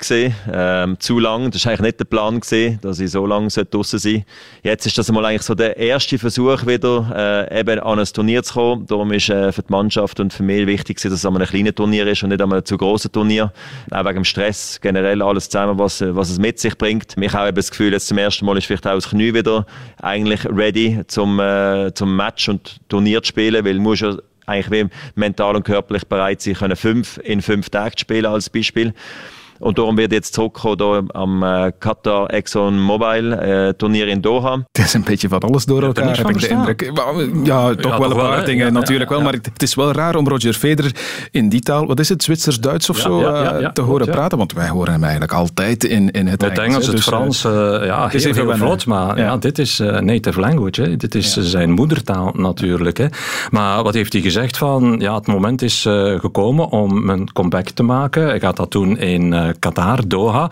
Zu lang. Das war eigentlich nicht der Plan, dass ich so lange draussen sein sollte. Jetzt ist das mal eigentlich so der erste Versuch wieder, eben an ein Turnier zu kommen. Darum ist für die Mannschaft und für mich wichtig, dass es an einem kleinen Turnier ist und nicht an einem zu grossen Turnier. Auch wegen dem Stress, generell alles zusammen, was es mit sich bringt. Mich auch eben das Gefühl, jetzt zum ersten Mal ist vielleicht auch das Knie wieder eigentlich ready zum Match und Turnier zu spielen, weil muss ja eigentlich wie mental und körperlich bereit sein können, 5 in 5 Tagen zu spielen als Beispiel. Und darum wird jetzt zurückkommen am Qatar Exxon Mobil Turnier in Doha. Het is een beetje van alles door elkaar, heb ik de indruk. Ja, toch wel een paar dingen natuurlijk wel. Maar het is wel raar om Roger Federer in die taal, wat is het, Zwitsers-Duits of zo, te horen praten. Want wij horen hem eigenlijk altijd in het Engels. Het Frans, heel vlot. Maar dit is native language. Hè. Dit is zijn moedertaal natuurlijk. Hè. Maar wat heeft hij gezegd van, het moment is gekomen om een comeback te maken. Hij gaat dat doen in Qatar, Doha.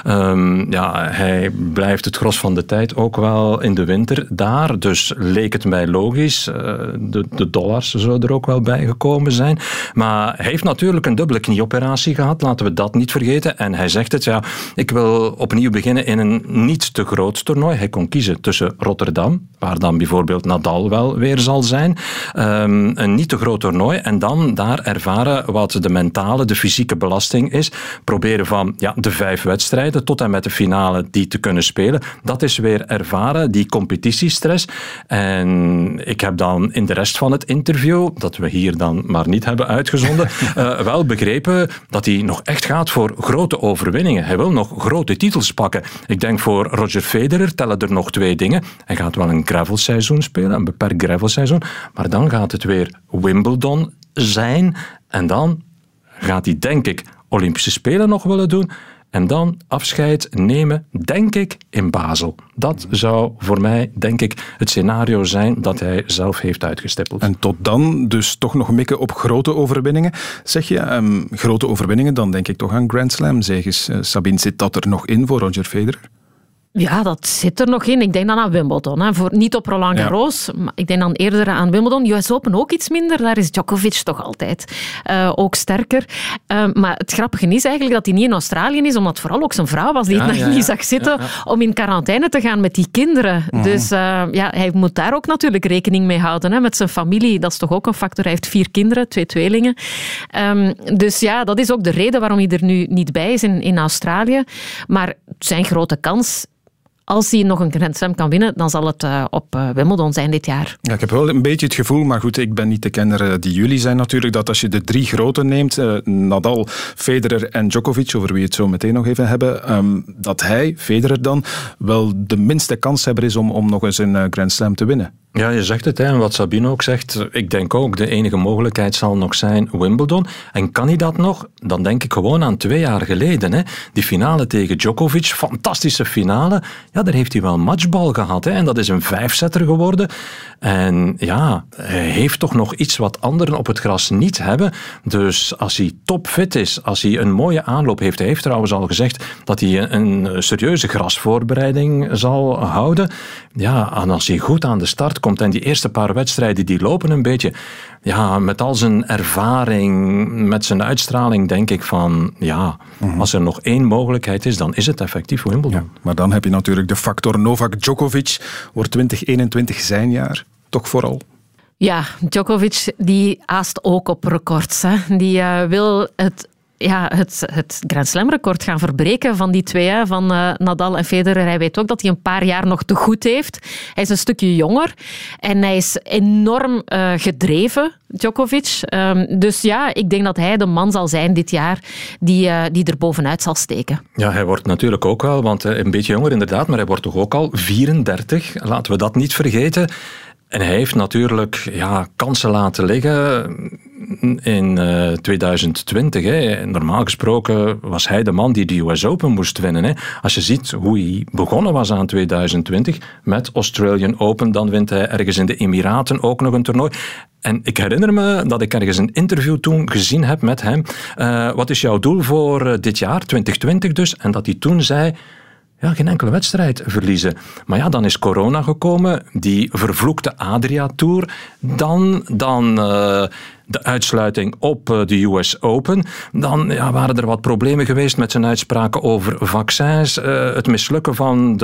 Hij blijft het gros van de tijd ook wel in de winter daar. Dus leek het mij logisch. De dollars zouden er ook wel bij gekomen zijn. Maar hij heeft natuurlijk een dubbele knieoperatie gehad. Laten we dat niet vergeten. En hij zegt het, ik wil opnieuw beginnen in een niet te groot toernooi. Hij kon kiezen tussen Rotterdam, waar dan bijvoorbeeld Nadal wel weer zal zijn. Een niet te groot toernooi. En dan daar ervaren wat de mentale, de fysieke belasting is. Proberen van de 5 wedstrijden tot en met de finale die te kunnen spelen. Dat is weer ervaren, die competitiestress. En ik heb dan in de rest van het interview, dat we hier dan maar niet hebben uitgezonden, wel begrepen dat hij nog echt gaat voor grote overwinningen. Hij wil nog grote titels pakken. Ik denk voor Roger Federer tellen er nog 2 dingen. Hij gaat wel een gravelseizoen spelen, een beperkt gravelseizoen, maar dan gaat het weer Wimbledon zijn en dan gaat hij, denk ik, Olympische Spelen nog willen doen en dan afscheid nemen, denk ik, in Basel. Dat zou voor mij, denk ik, het scenario zijn dat hij zelf heeft uitgestippeld. En tot dan dus toch nog mikken op grote overwinningen. Zeg je grote overwinningen, dan denk ik toch aan Grand Slam zegens. Sabine, zit dat er nog in voor Roger Federer? Ja, dat zit er nog in. Ik denk dan aan Wimbledon. Hè. Niet op Roland Garros, maar ik denk dan eerder aan Wimbledon. US Open ook iets minder. Daar is Djokovic toch altijd ook sterker. Maar het grappige is eigenlijk dat hij niet in Australië is, omdat vooral ook zijn vrouw was die het nog niet zag zitten om in quarantaine te gaan met die kinderen. Dus hij moet daar ook natuurlijk rekening mee houden. Hè, met zijn familie. Dat is toch ook een factor. Hij heeft 4 kinderen, 2 tweelingen. Dus dat is ook de reden waarom hij er nu niet bij is in Australië. Maar zijn grote kans, als hij nog een Grand Slam kan winnen, dan zal het op Wimbledon zijn dit jaar. Ja, ik heb wel een beetje het gevoel, maar goed, ik ben niet de kenner die jullie zijn natuurlijk, dat als je de 3 grote neemt, Nadal, Federer en Djokovic, over wie we het zo meteen nog even hebben, dat hij, Federer dan, wel de minste kanshebber is om nog eens een Grand Slam te winnen. Ja, je zegt het, hè, en wat Sabine ook zegt. Ik denk ook, de enige mogelijkheid zal nog zijn Wimbledon. En kan hij dat nog? Dan denk ik gewoon aan 2 jaar geleden. Hè. Die finale tegen Djokovic, fantastische finale. Ja, daar heeft hij wel matchbal gehad. Hè, en dat is een 5-setter geworden. En ja, hij heeft toch nog iets wat anderen op het gras niet hebben. Dus als hij topfit is, als hij een mooie aanloop heeft. Hij heeft trouwens al gezegd dat hij een serieuze grasvoorbereiding zal houden. Ja, en als hij goed aan de start komt en die eerste paar wedstrijden die lopen een beetje, ja, met al zijn ervaring, met zijn uitstraling, denk ik van, ja, als er nog 1 mogelijkheid is, dan is het effectief Wimbledon. Ja, maar dan heb je natuurlijk de factor Novak Djokovic. Wordt 2021 zijn jaar, toch vooral? Ja, Djokovic die aast ook op records. Hè. Die wil het Grand Slam record gaan verbreken van die 2, hè, van Nadal en Federer. Hij weet ook dat hij een paar jaar nog te goed heeft. Hij is een stukje jonger en hij is enorm gedreven, Djokovic. Dus ja, ik denk dat hij de man zal zijn dit jaar die er bovenuit zal steken. Ja, hij wordt natuurlijk ook wel, want een beetje jonger inderdaad, maar hij wordt toch ook al 34. Laten we dat niet vergeten. En hij heeft natuurlijk kansen laten liggen in 2020. Hè. Normaal gesproken was hij de man die de US Open moest winnen. Hè. Als je ziet hoe hij begonnen was aan 2020 met Australian Open, dan wint hij ergens in de Emiraten ook nog een toernooi. En ik herinner me dat ik ergens een interview toen gezien heb met hem. Wat is jouw doel voor dit jaar, 2020 dus? En dat hij toen zei, ja, geen enkele wedstrijd verliezen. Maar ja, dan is corona gekomen, die vervloekte Adria Tour, dan de uitsluiting op de US Open. Dan waren er wat problemen geweest met zijn uitspraken over vaccins, het mislukken van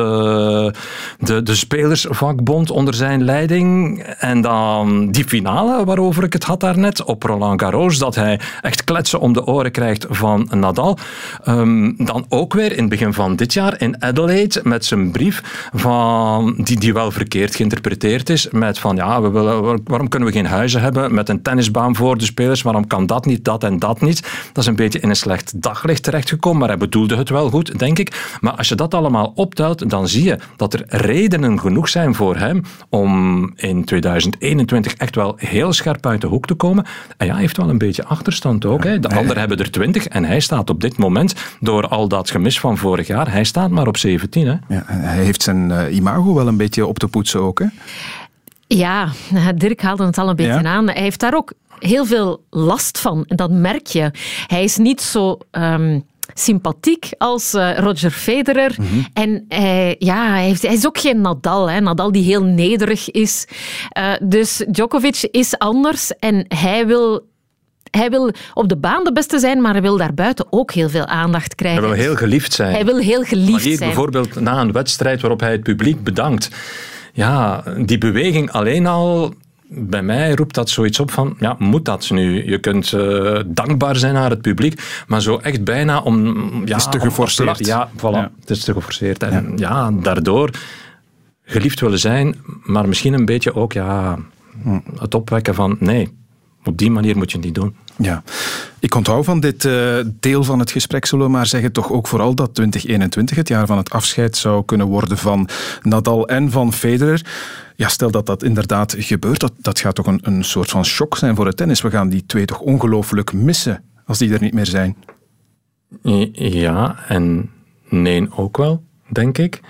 de spelersvakbond onder zijn leiding en dan die finale waarover ik het had daarnet op Roland Garros, dat hij echt kletsen om de oren krijgt van Nadal. Dan ook weer in het begin van dit jaar in Adelaide met zijn brief van, die wel verkeerd geïnterpreteerd is, met van waarom kunnen we geen huizen hebben met een tennisbaan voor de spelers, waarom kan dat niet, dat en dat niet. Dat is een beetje in een slecht daglicht terechtgekomen, maar hij bedoelde het wel goed, denk ik. Maar als je dat allemaal optelt, dan zie je dat er redenen genoeg zijn voor hem om in 2021 echt wel heel scherp uit de hoek te komen. En ja, hij heeft wel een beetje achterstand ook. Hè. De anderen hebben er 20 en hij staat op dit moment, door al dat gemis van vorig jaar, hij staat maar op 17. Hè. Ja, hij heeft zijn imago wel een beetje op te poetsen ook, hè? Ja, Dirk haalde het al een beetje aan. Hij heeft daar ook heel veel last van. En dat merk je. Hij is niet zo sympathiek als Roger Federer. Mm-hmm. En hij is ook geen Nadal. Hè. Nadal die heel nederig is. Dus Djokovic is anders. En hij wil op de baan de beste zijn, maar hij wil daarbuiten ook heel veel aandacht krijgen. Hij wil heel geliefd zijn. Hij wil heel geliefd zijn. Bijvoorbeeld na een wedstrijd waarop hij het publiek bedankt. Ja, die beweging alleen al, bij mij roept dat zoiets op van, ja, moet dat nu? Je kunt dankbaar zijn naar het publiek, maar zo echt bijna om... Ja, het is te geforceerd. Ja, voilà, het is te geforceerd. En ja, daardoor geliefd willen zijn, maar misschien een beetje ook het opwekken van, nee, op die manier moet je het niet doen. Ja, ik onthoud van dit deel van het gesprek, zullen we maar zeggen, toch ook vooral dat 2021 het jaar van het afscheid zou kunnen worden van Nadal en van Federer. Ja, stel dat dat inderdaad gebeurt, dat gaat toch een soort van shock zijn voor het tennis. We gaan die 2 toch ongelooflijk missen als die er niet meer zijn. Ja, en nee ook wel, denk ik.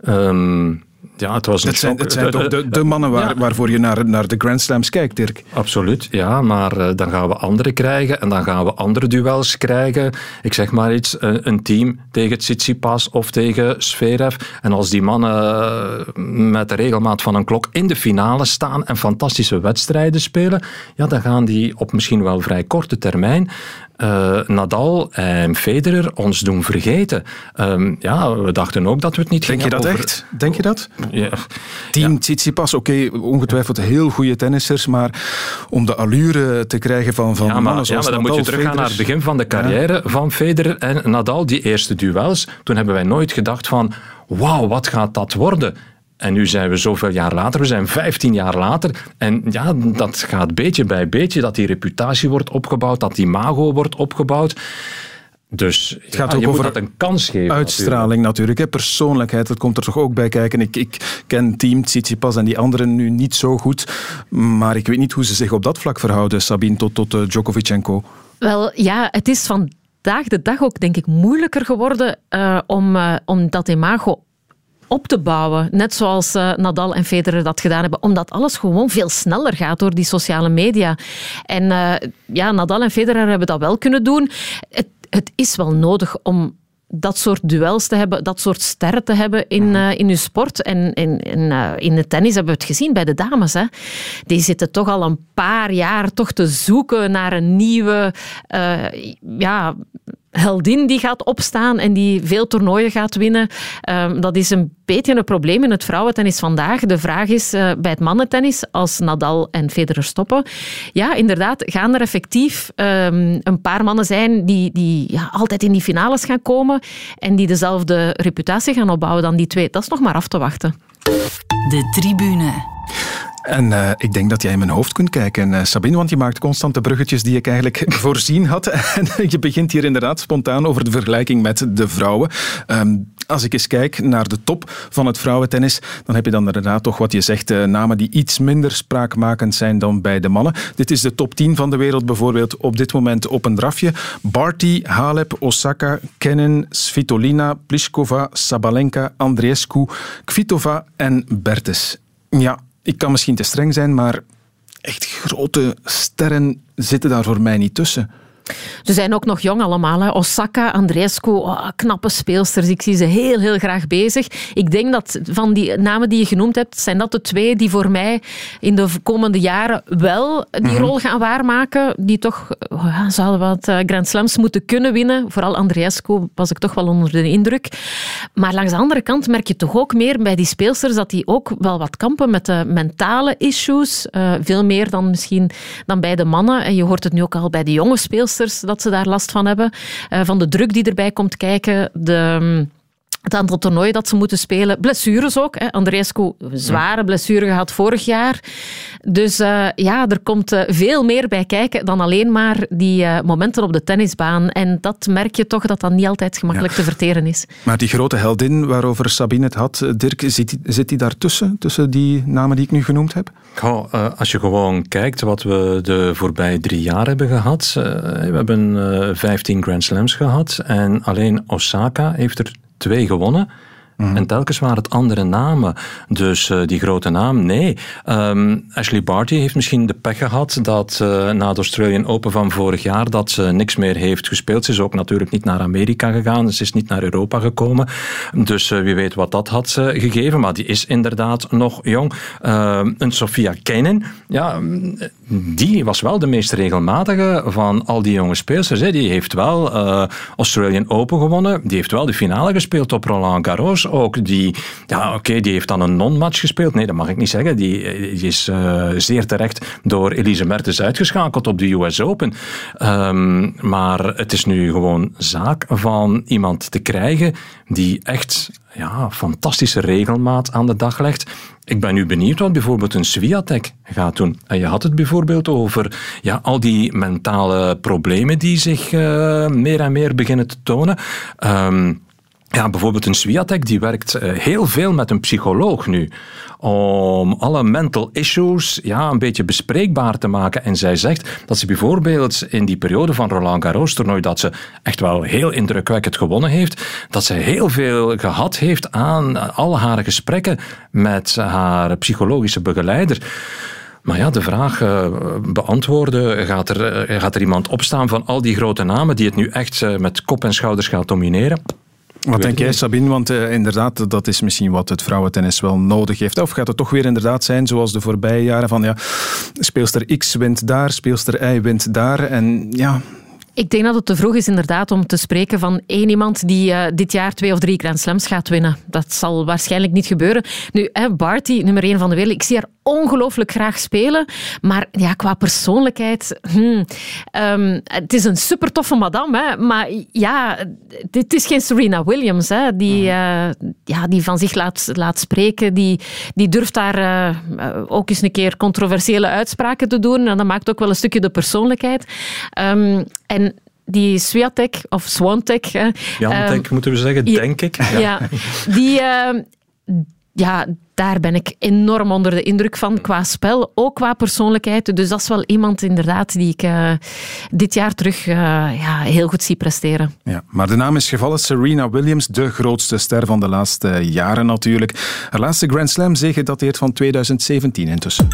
Ja, het was het zijn toch de mannen waarvoor je naar de Grand Slams kijkt, Dirk? Absoluut, ja, maar dan gaan we andere krijgen en dan gaan we andere duels krijgen. Ik zeg maar iets, een team tegen Tsitsipas of tegen Zverev. En als die mannen met de regelmaat van een klok in de finale staan en fantastische wedstrijden spelen, ja, dan gaan die op misschien wel vrij korte termijn Nadal en Federer ons doen vergeten. We dachten ook dat we het niet gingen over... Denk je dat echt? Denk je dat? Ja. Team Tsitsipas, oké, ongetwijfeld heel goede tennissers, maar om de allure te krijgen van mannen zoals maar dan Nadal, moet je teruggaan naar het begin van de carrière van Federer en Nadal, die eerste duels. Toen hebben wij nooit gedacht van, wauw, wat gaat dat worden? En nu zijn we zoveel jaar later, we zijn 15 jaar later. En ja, dat gaat beetje bij beetje, dat die reputatie wordt opgebouwd, dat die imago wordt opgebouwd. Dus het gaat ook je over moet dat een kans geven. Uitstraling natuurlijk, hè. Persoonlijkheid, dat komt er toch ook bij kijken. Ik ken Team Tsitsipas en die anderen nu niet zo goed, maar ik weet niet hoe ze zich op dat vlak verhouden, Sabine, tot Djokovic en co. Wel, ja, het is vandaag de dag ook, denk ik, moeilijker geworden om dat imago op te bouwen. Net zoals Nadal en Federer dat gedaan hebben. Omdat alles gewoon veel sneller gaat door die sociale media. En Nadal en Federer hebben dat wel kunnen doen. Het is wel nodig om dat soort duels te hebben, dat soort sterren te hebben in je sport. En in de tennis hebben we het gezien bij de dames. Hè. Die zitten toch al een paar jaar toch te zoeken naar een nieuwe heldin die gaat opstaan en die veel toernooien gaat winnen. Dat is een beetje een probleem in het vrouwentennis vandaag. De vraag is bij het mannentennis, als Nadal en Federer stoppen, ja, inderdaad, gaan er effectief een paar mannen zijn die altijd in die finales gaan komen en die dezelfde reputatie gaan opbouwen dan die twee. Dat is nog maar af te wachten. De tribune. En ik denk dat jij in mijn hoofd kunt kijken, Sabine, want je maakt constant de bruggetjes die ik eigenlijk voorzien had. En je begint hier inderdaad spontaan over de vergelijking met de vrouwen. Als ik eens kijk naar de top van het vrouwentennis, dan heb je dan inderdaad toch wat je zegt, namen die iets minder spraakmakend zijn dan bij de mannen. Dit is de top 10 van de wereld bijvoorbeeld op dit moment op een drafje. Barty, Halep, Osaka, Kenin, Svitolina, Pliskova, Sabalenka, Andreescu, Kvitova en Bertens. Ja, ik kan misschien te streng zijn, maar echt grote sterren zitten daar voor mij niet tussen. Ze zijn ook nog jong allemaal. Hè. Osaka, Andreescu, knappe speelsters. Ik zie ze heel, heel graag bezig. Ik denk dat van die namen die je genoemd hebt, zijn dat de twee die voor mij in de komende jaren wel die rol gaan waarmaken. Die toch zouden wat Grand Slams moeten kunnen winnen. Vooral Andreescu was ik toch wel onder de indruk. Maar langs de andere kant merk je toch ook meer bij die speelsters dat die ook wel wat kampen met de mentale issues. Veel meer dan misschien dan bij de mannen. En je hoort het nu ook al bij de jonge speelsters, dat ze daar last van hebben. Van de druk die erbij komt kijken. Het aantal toernooien dat ze moeten spelen. Blessures ook. Hè. Andreescu, zware blessure gehad vorig jaar. Dus er komt veel meer bij kijken dan alleen maar die momenten op de tennisbaan. En dat merk je toch dat dat niet altijd gemakkelijk te verteren is. Maar die grote heldin waarover Sabine het had, Dirk, zit die daartussen? Tussen die namen die ik nu genoemd heb? Als je gewoon kijkt wat we de voorbije 3 jaar hebben gehad. We hebben 15 Grand Slams gehad. En alleen Osaka heeft er 2 gewonnen. En telkens waren het andere namen. Dus die grote naam, nee. Ashley Barty heeft misschien de pech gehad dat na de Australian Open van vorig jaar dat ze niks meer heeft gespeeld. Ze is ook natuurlijk niet naar Amerika gegaan. Ze is niet naar Europa gekomen. Dus wie weet wat dat had gegeven. Maar die is inderdaad nog jong. Een Sofia Kenin, ja, die was wel de meest regelmatige van al die jonge speelsters. Hè. Die heeft wel Australian Open gewonnen. Die heeft wel de finale gespeeld op Roland Garros. Ook die heeft dan een non-match gespeeld. Nee, dat mag ik niet zeggen. Die is zeer terecht door Elise Mertens uitgeschakeld op de US Open. Maar het is nu gewoon zaak van iemand te krijgen die echt fantastische regelmaat aan de dag legt. Ik ben nu benieuwd wat bijvoorbeeld een Swiatek gaat doen. En je had het bijvoorbeeld over al die mentale problemen die zich meer en meer beginnen te tonen. Bijvoorbeeld een Swiatek die werkt heel veel met een psycholoog nu. Om alle mental issues een beetje bespreekbaar te maken. En zij zegt dat ze bijvoorbeeld in die periode van Roland Garros toernooi, dat ze echt wel heel indrukwekkend gewonnen heeft, dat ze heel veel gehad heeft aan al haar gesprekken met haar psychologische begeleider. Maar de vraag beantwoorden, gaat er iemand opstaan van al die grote namen die het nu echt met kop en schouders gaat domineren? Wat denk jij, Sabine? Want inderdaad, dat is misschien wat het vrouwentennis wel nodig heeft. Of gaat het toch weer inderdaad zijn, zoals de voorbije jaren, van speelster X wint daar, speelster Y wint daar. En Ik denk dat het te vroeg is inderdaad om te spreken van één iemand die dit jaar 2 of 3 Grand Slams gaat winnen. Dat zal waarschijnlijk niet gebeuren. Nu, Barty, nummer 1 van de wereld, ik zie haar ongelooflijk graag spelen, maar qua persoonlijkheid... het is een super toffe madame, hè, maar dit is geen Serena Williams, hè, die van zich laat spreken, die durft daar ook eens een keer controversiële uitspraken te doen en dat maakt ook wel een stukje de persoonlijkheid. En die Swiatek, of Swiatek. Swiatek moeten we zeggen, denk ik. Ja, daar ben ik enorm onder de indruk van, qua spel, ook qua persoonlijkheid. Dus dat is wel iemand inderdaad die ik dit jaar terug heel goed zie presteren. Ja, maar de naam is gevallen. Serena Williams, de grootste ster van de laatste jaren natuurlijk. Haar laatste Grand Slam zege dateert van 2017 intussen.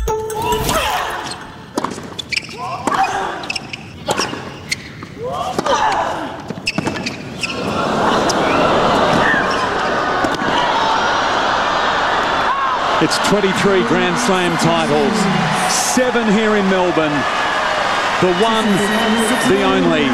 It's 23 Grand Slam titles, 7 here in Melbourne. The one, the only,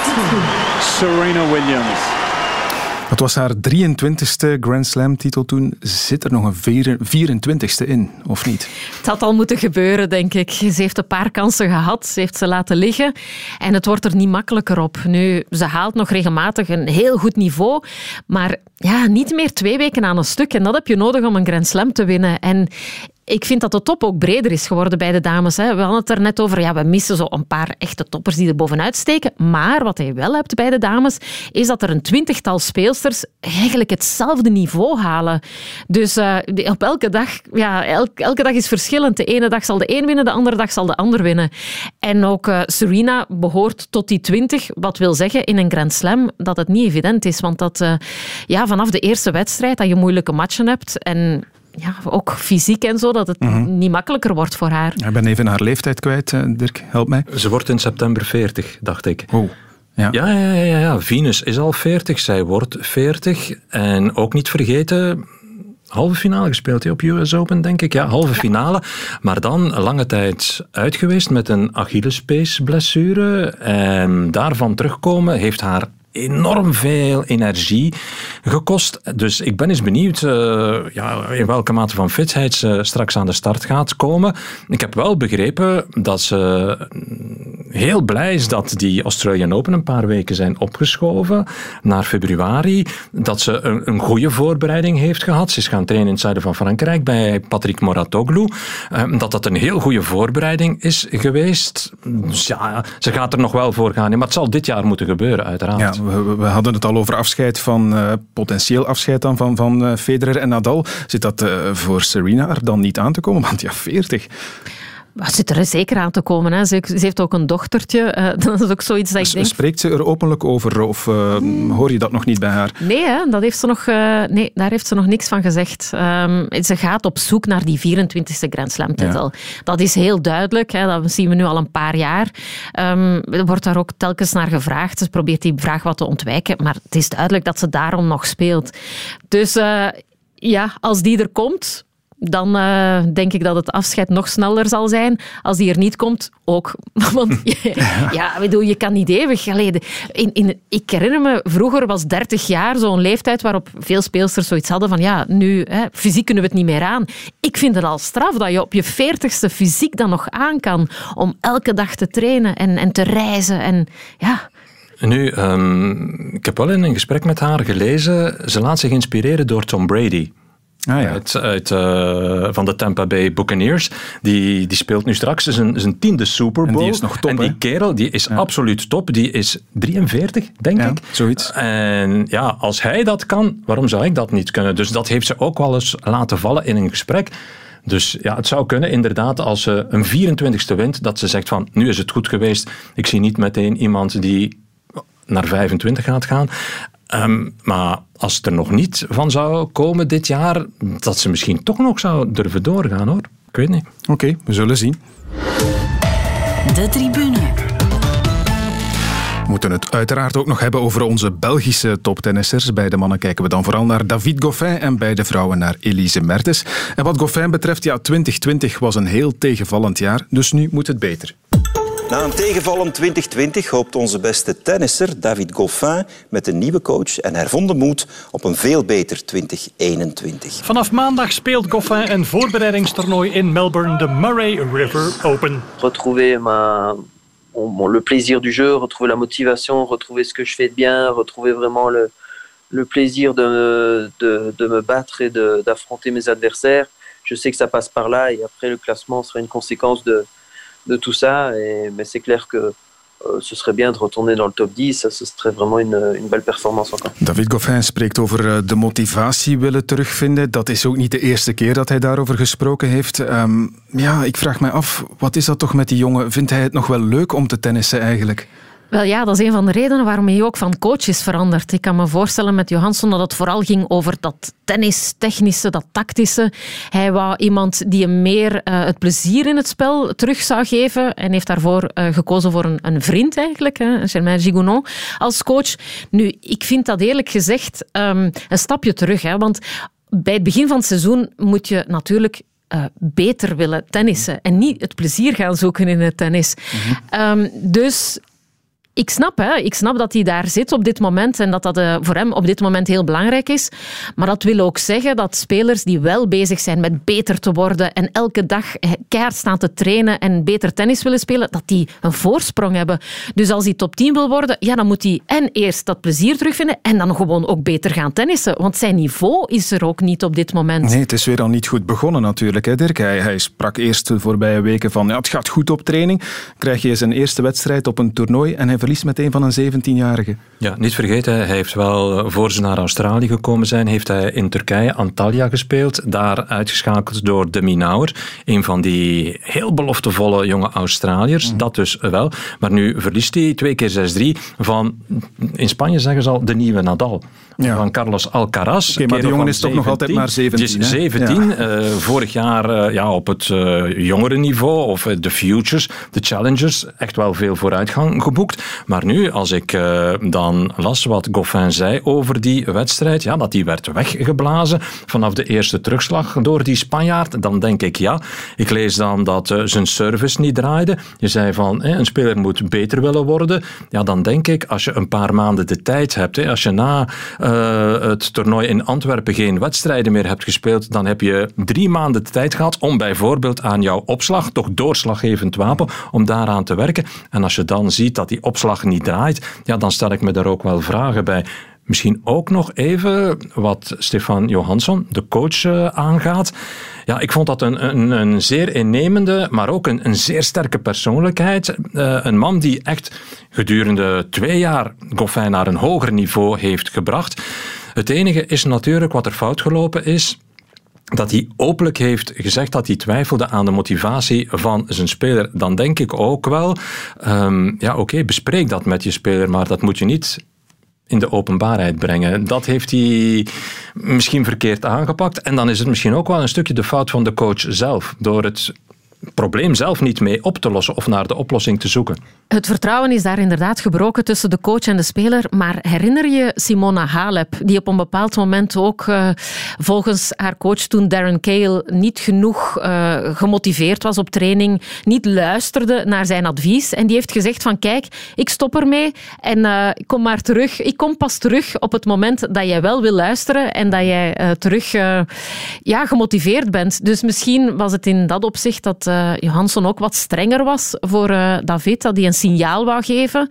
Serena Williams. Het was haar 23e Grand Slam titel toen. Zit er nog een 24e in, of niet? Het had al moeten gebeuren, denk ik. Ze heeft een paar kansen gehad, ze heeft ze laten liggen. En het wordt er niet makkelijker op. Nu, ze haalt nog regelmatig een heel goed niveau, maar niet meer 2 weken aan een stuk. En dat heb je nodig om een Grand Slam te winnen. En ik vind dat de top ook breder is geworden bij de dames. Hè. We hadden het er net over, we missen zo een paar echte toppers die er bovenuit steken. Maar wat je wel hebt bij de dames, is dat er een 20-tal speelsters eigenlijk hetzelfde niveau halen. Dus op elke dag, elke dag is verschillend. De ene dag zal de een winnen, de andere dag zal de ander winnen. En ook Serena behoort tot die 20, wat wil zeggen in een Grand Slam dat het niet evident is. Want dat vanaf de eerste wedstrijd dat je moeilijke matchen hebt en ook fysiek en zo, dat het niet makkelijker wordt voor haar. Ik ben even haar leeftijd kwijt, Dirk, help mij. Ze wordt in september 40, dacht ik. Oh. Ja. Ja. Venus is al 40, zij wordt 40. En ook niet vergeten, halve finale gespeeld op US Open, denk ik. Ja, halve finale. Maar dan lange tijd uit geweest met een Achillespeesblessure. En daarvan terugkomen heeft haar enorm veel energie gekost. Dus ik ben eens benieuwd in welke mate van fitheid ze straks aan de start gaat komen. Ik heb wel begrepen dat ze heel blij is dat die Australian Open een paar weken zijn opgeschoven naar februari. Dat ze een goede voorbereiding heeft gehad. Ze is gaan trainen in het zuiden van Frankrijk bij Patrick Mouratoglou. Dat een heel goede voorbereiding is geweest. Dus ze gaat er nog wel voor gaan. Maar het zal dit jaar moeten gebeuren, uiteraard. Ja, we hadden het al over afscheid potentieel afscheid dan van Federer en Nadal. Zit dat voor Serena er dan niet aan te komen? Want 40. Het zit er zeker aan te komen. Hè. Ze heeft ook een dochtertje. Dat is ook zoiets dat ik denk... Spreekt ze er openlijk over of hoor je dat nog niet bij haar? Nee, daar heeft ze nog niks van gezegd. Ze gaat op zoek naar die 24e Grand Slam titel. Ja. Dat is heel duidelijk. Hè. Dat zien we nu al een paar jaar. Er wordt daar ook telkens naar gevraagd. Ze probeert die vraag wat te ontwijken. Maar het is duidelijk dat ze daarom nog speelt. Dus als die er komt, dan denk ik dat het afscheid nog sneller zal zijn. Als die er niet komt, ook. Want je kan niet eeuwig geleden. Ik herinner me, vroeger was 30 jaar zo'n leeftijd waarop veel speelsters zoiets hadden van nu, fysiek kunnen we het niet meer aan. Ik vind het al straf dat je op je 40ste fysiek dan nog aan kan om elke dag te trainen en te reizen. En Nu, ik heb wel in een gesprek met haar gelezen, ze laat zich inspireren door Tom Brady. Van de Tampa Bay Buccaneers. Die speelt nu straks zijn 10e Super Bowl. En die is nog top, en die kerel die is absoluut top. Die is 43, denk ik. Zoiets. En als hij dat kan, waarom zou ik dat niet kunnen? Dus dat heeft ze ook wel eens laten vallen in een gesprek. Dus het zou kunnen, inderdaad, als ze een 24e wint, dat ze zegt van, nu is het goed geweest. Ik zie niet meteen iemand die naar 25 gaat gaan. Maar als het er nog niet van zou komen dit jaar, dat ze misschien toch nog zou durven doorgaan, hoor. Ik weet niet. Oké, we zullen zien. De tribune. We moeten het uiteraard ook nog hebben over onze Belgische toptennissers. Bij de mannen kijken we dan vooral naar David Goffin en bij de vrouwen naar Elise Mertens. En wat Goffin betreft, 2020 was een heel tegenvallend jaar, dus nu moet het beter. Na een tegenvallend 2020 hoopt onze beste tennisser David Goffin met een nieuwe coach en hervonden moed op een veel beter 2021. Vanaf maandag speelt Goffin een voorbereidingstoernooi in Melbourne, de Murray River Open. Retrouver le plaisir du jeu, retrouver la motivation, retrouver ce que je fais de bien, retrouver vraiment le plaisir de me battre et d'affronter mes adversaires. Je sais que ça passe par là et après le classement sera une conséquence de tout ça, mais c'est clair que ce serait bien de retourner dans le top 10. Ça, ce serait vraiment une belle performance encore. David Goffin spreekt over de motivatie willen terugvinden. Dat is ook niet de eerste keer dat hij daarover gesproken heeft. Ik vraag mij af, wat is dat toch met die jongen? Vindt hij het nog wel leuk om te tennissen eigenlijk? Wel ja, dat is een van de redenen waarom hij ook van coach is veranderd. Ik kan me voorstellen met Johansson dat het vooral ging over dat tennistechnische, dat tactische. Hij wou iemand die hem meer het plezier in het spel terug zou geven en heeft daarvoor gekozen voor een vriend eigenlijk, Germain Gigonon, als coach. Nu, ik vind dat eerlijk gezegd een stapje terug, want bij het begin van het seizoen moet je natuurlijk beter willen tennissen en niet het plezier gaan zoeken in het tennis. Dus ik snap dat hij daar zit op dit moment en dat voor hem op dit moment heel belangrijk is. Maar dat wil ook zeggen dat spelers die wel bezig zijn met beter te worden en elke dag keihard staan te trainen en beter tennis willen spelen, dat die een voorsprong hebben. Dus als hij top 10 wil worden, ja, dan moet hij en eerst dat plezier terugvinden en dan gewoon ook beter gaan tennissen. Want zijn niveau is er ook niet op dit moment. Nee, het is weer al niet goed begonnen natuurlijk, hè, Dirk. Hij sprak eerst de voorbije weken van het gaat goed op training. Krijg je zijn eerste wedstrijd op een toernooi en hij verliest meteen van een 17-jarige. Ja, niet vergeten, hij heeft wel, voor ze naar Australië gekomen zijn, heeft hij in Turkije Antalya gespeeld. Daar uitgeschakeld door de Minauer, een van die heel beloftevolle jonge Australiërs. Dat dus wel. Maar nu verliest hij 2 keer 6-3 van, in Spanje zeggen ze al, de nieuwe Nadal. Ja. Van Carlos Alcaraz. Oké, maar die jongen is toch nog altijd maar 17? Die is 17. Ja. Vorig jaar op het jongere niveau, of de Futures, de Challengers, echt wel veel vooruitgang geboekt. Maar nu, als ik dan las wat Goffin zei over die wedstrijd, ja, dat die werd weggeblazen vanaf de eerste terugslag door die Spanjaard, dan denk ik ja. Ik lees dan dat zijn service niet draaide. Je zei van, een speler moet beter willen worden. Ja, dan denk ik, als je een paar maanden de tijd hebt, als je na het toernooi in Antwerpen geen wedstrijden meer hebt gespeeld, dan heb je 3 maanden de tijd gehad om bijvoorbeeld aan jouw opslag, toch doorslaggevend wapen, om daaraan te werken. En als je dan ziet dat die opslag niet draait, ja, dan stel ik me daar ook wel vragen bij. Misschien ook nog even wat Stefan Johansson, de coach, aangaat. Ja, ik vond dat een zeer innemende, maar ook een zeer sterke persoonlijkheid. Een man die echt gedurende 2 jaar Goffin naar een hoger niveau heeft gebracht. Het enige is natuurlijk wat er fout gelopen is, dat hij openlijk heeft gezegd dat hij twijfelde aan de motivatie van zijn speler. Dan denk ik ook wel, bespreek dat met je speler, maar dat moet je niet in de openbaarheid brengen. Dat heeft hij misschien verkeerd aangepakt. En dan is het misschien ook wel een stukje de fout van de coach zelf, door het probleem zelf niet mee op te lossen of naar de oplossing te zoeken. Het vertrouwen is daar inderdaad gebroken tussen de coach en de speler, maar herinner je Simona Halep, die op een bepaald moment ook volgens haar coach toen Darren Cahill niet genoeg gemotiveerd was op training, niet luisterde naar zijn advies en die heeft gezegd van kijk, ik stop ermee en ik kom pas terug op het moment dat jij wel wil luisteren en dat jij terug gemotiveerd bent. Dus misschien was het in dat opzicht dat Johansson ook wat strenger was voor David, dat hij een signaal wou geven.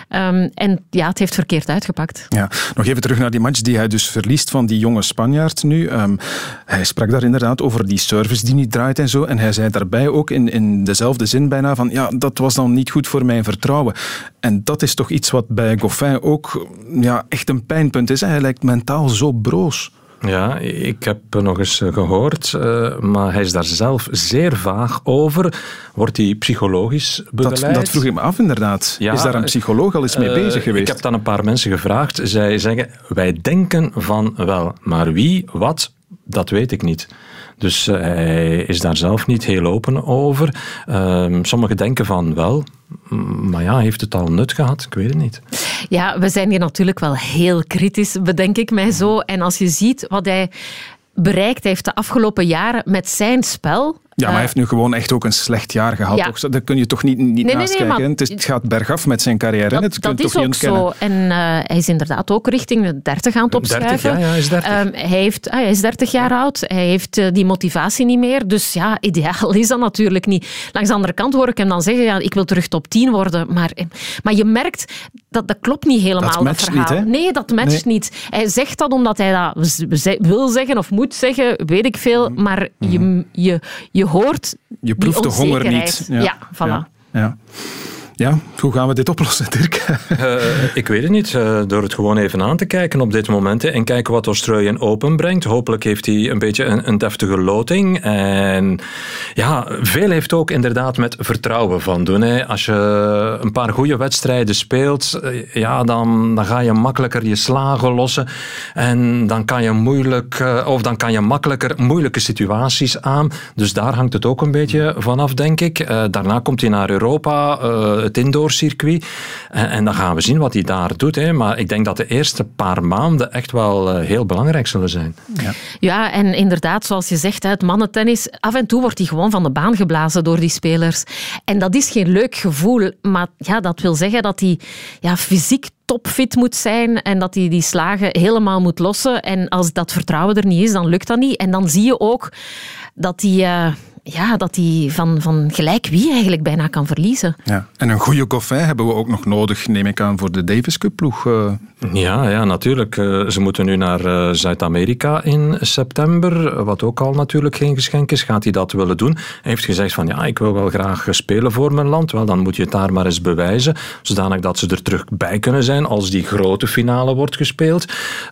En ja, het heeft verkeerd uitgepakt. Ja, nog even terug naar die match die hij dus verliest van die jonge Spanjaard nu. Hij sprak daar inderdaad over die service die niet draait en zo. En hij zei daarbij ook in dezelfde zin bijna van ja, dat was dan niet goed voor mijn vertrouwen. En dat is toch iets wat bij Goffin ook echt een pijnpunt is. Hè? Hij lijkt mentaal zo broos. Ja, ik heb nog eens gehoord, maar hij is daar zelf zeer vaag over. Wordt hij psychologisch begeleid? Dat vroeg ik me af, inderdaad. Ja, is daar een psycholoog al eens mee bezig geweest? Ik heb dan een paar mensen gevraagd. Zij zeggen, wij denken van wel. Maar wie, wat, dat weet ik niet. Dus hij is daar zelf niet heel open over. Sommigen denken van wel, maar ja, heeft het al nut gehad? Ik weet het niet. Ja, we zijn hier natuurlijk wel heel kritisch, bedenk ik mij zo. En als je ziet wat hij bereikt heeft de afgelopen jaren met zijn spel. Ja, maar hij heeft nu gewoon echt ook een slecht jaar gehad. Ja. Dat kun je toch niet naast kijken. Het gaat bergaf met zijn carrière. Dat is ook zo. En hij is inderdaad ook richting de 30 aan het opschuiven. Hij is 30. Hij is 30 jaar oud. Hij heeft die motivatie niet meer. Dus ja, ideaal is dat natuurlijk niet. Langs de andere kant hoor ik hem dan zeggen, ja, ik wil terug top 10 worden. Maar je merkt, dat klopt niet helemaal. Dat matcht niet, hè? Nee, dat matcht niet. Hij zegt dat omdat hij dat wil zeggen of moet zeggen, weet ik veel. Maar je hoort je proeft de honger niet. Ja, voilà. Ja. Ja, hoe gaan we dit oplossen, Dirk? Ik weet het niet. Door het gewoon even aan te kijken op dit moment en kijken wat Australian Open brengt. Hopelijk heeft hij een beetje een deftige loting. En ja, veel heeft ook inderdaad met vertrouwen van doen. Hè. Als je een paar goede wedstrijden speelt, ja, dan ga je makkelijker je slagen lossen. En dan kan je makkelijker moeilijke situaties aan. Dus daar hangt het ook een beetje vanaf, denk ik. Daarna komt hij naar Europa, het indoorcircuit. En dan gaan we zien wat hij daar doet. Hè. Maar ik denk dat de eerste paar maanden echt wel heel belangrijk zullen zijn. Ja, en inderdaad, zoals je zegt, het mannentennis, af en toe wordt hij gewoon van de baan geblazen door die spelers. En dat is geen leuk gevoel, maar ja, dat wil zeggen dat hij fysiek topfit moet zijn en dat hij die slagen helemaal moet lossen. En als dat vertrouwen er niet is, dan lukt dat niet. En dan zie je ook dat hij... dat hij van gelijk wie eigenlijk bijna kan verliezen. Ja. En een goede Goffin hebben we ook nog nodig, neem ik aan, voor de Davis Cup ploeg. Ja, natuurlijk. Ze moeten nu naar Zuid-Amerika in september, wat ook al natuurlijk geen geschenk is. Gaat hij dat willen doen? Hij heeft gezegd van, ik wil wel graag spelen voor mijn land. Wel, dan moet je het daar maar eens bewijzen, zodanig dat ze er terug bij kunnen zijn als die grote finale wordt gespeeld.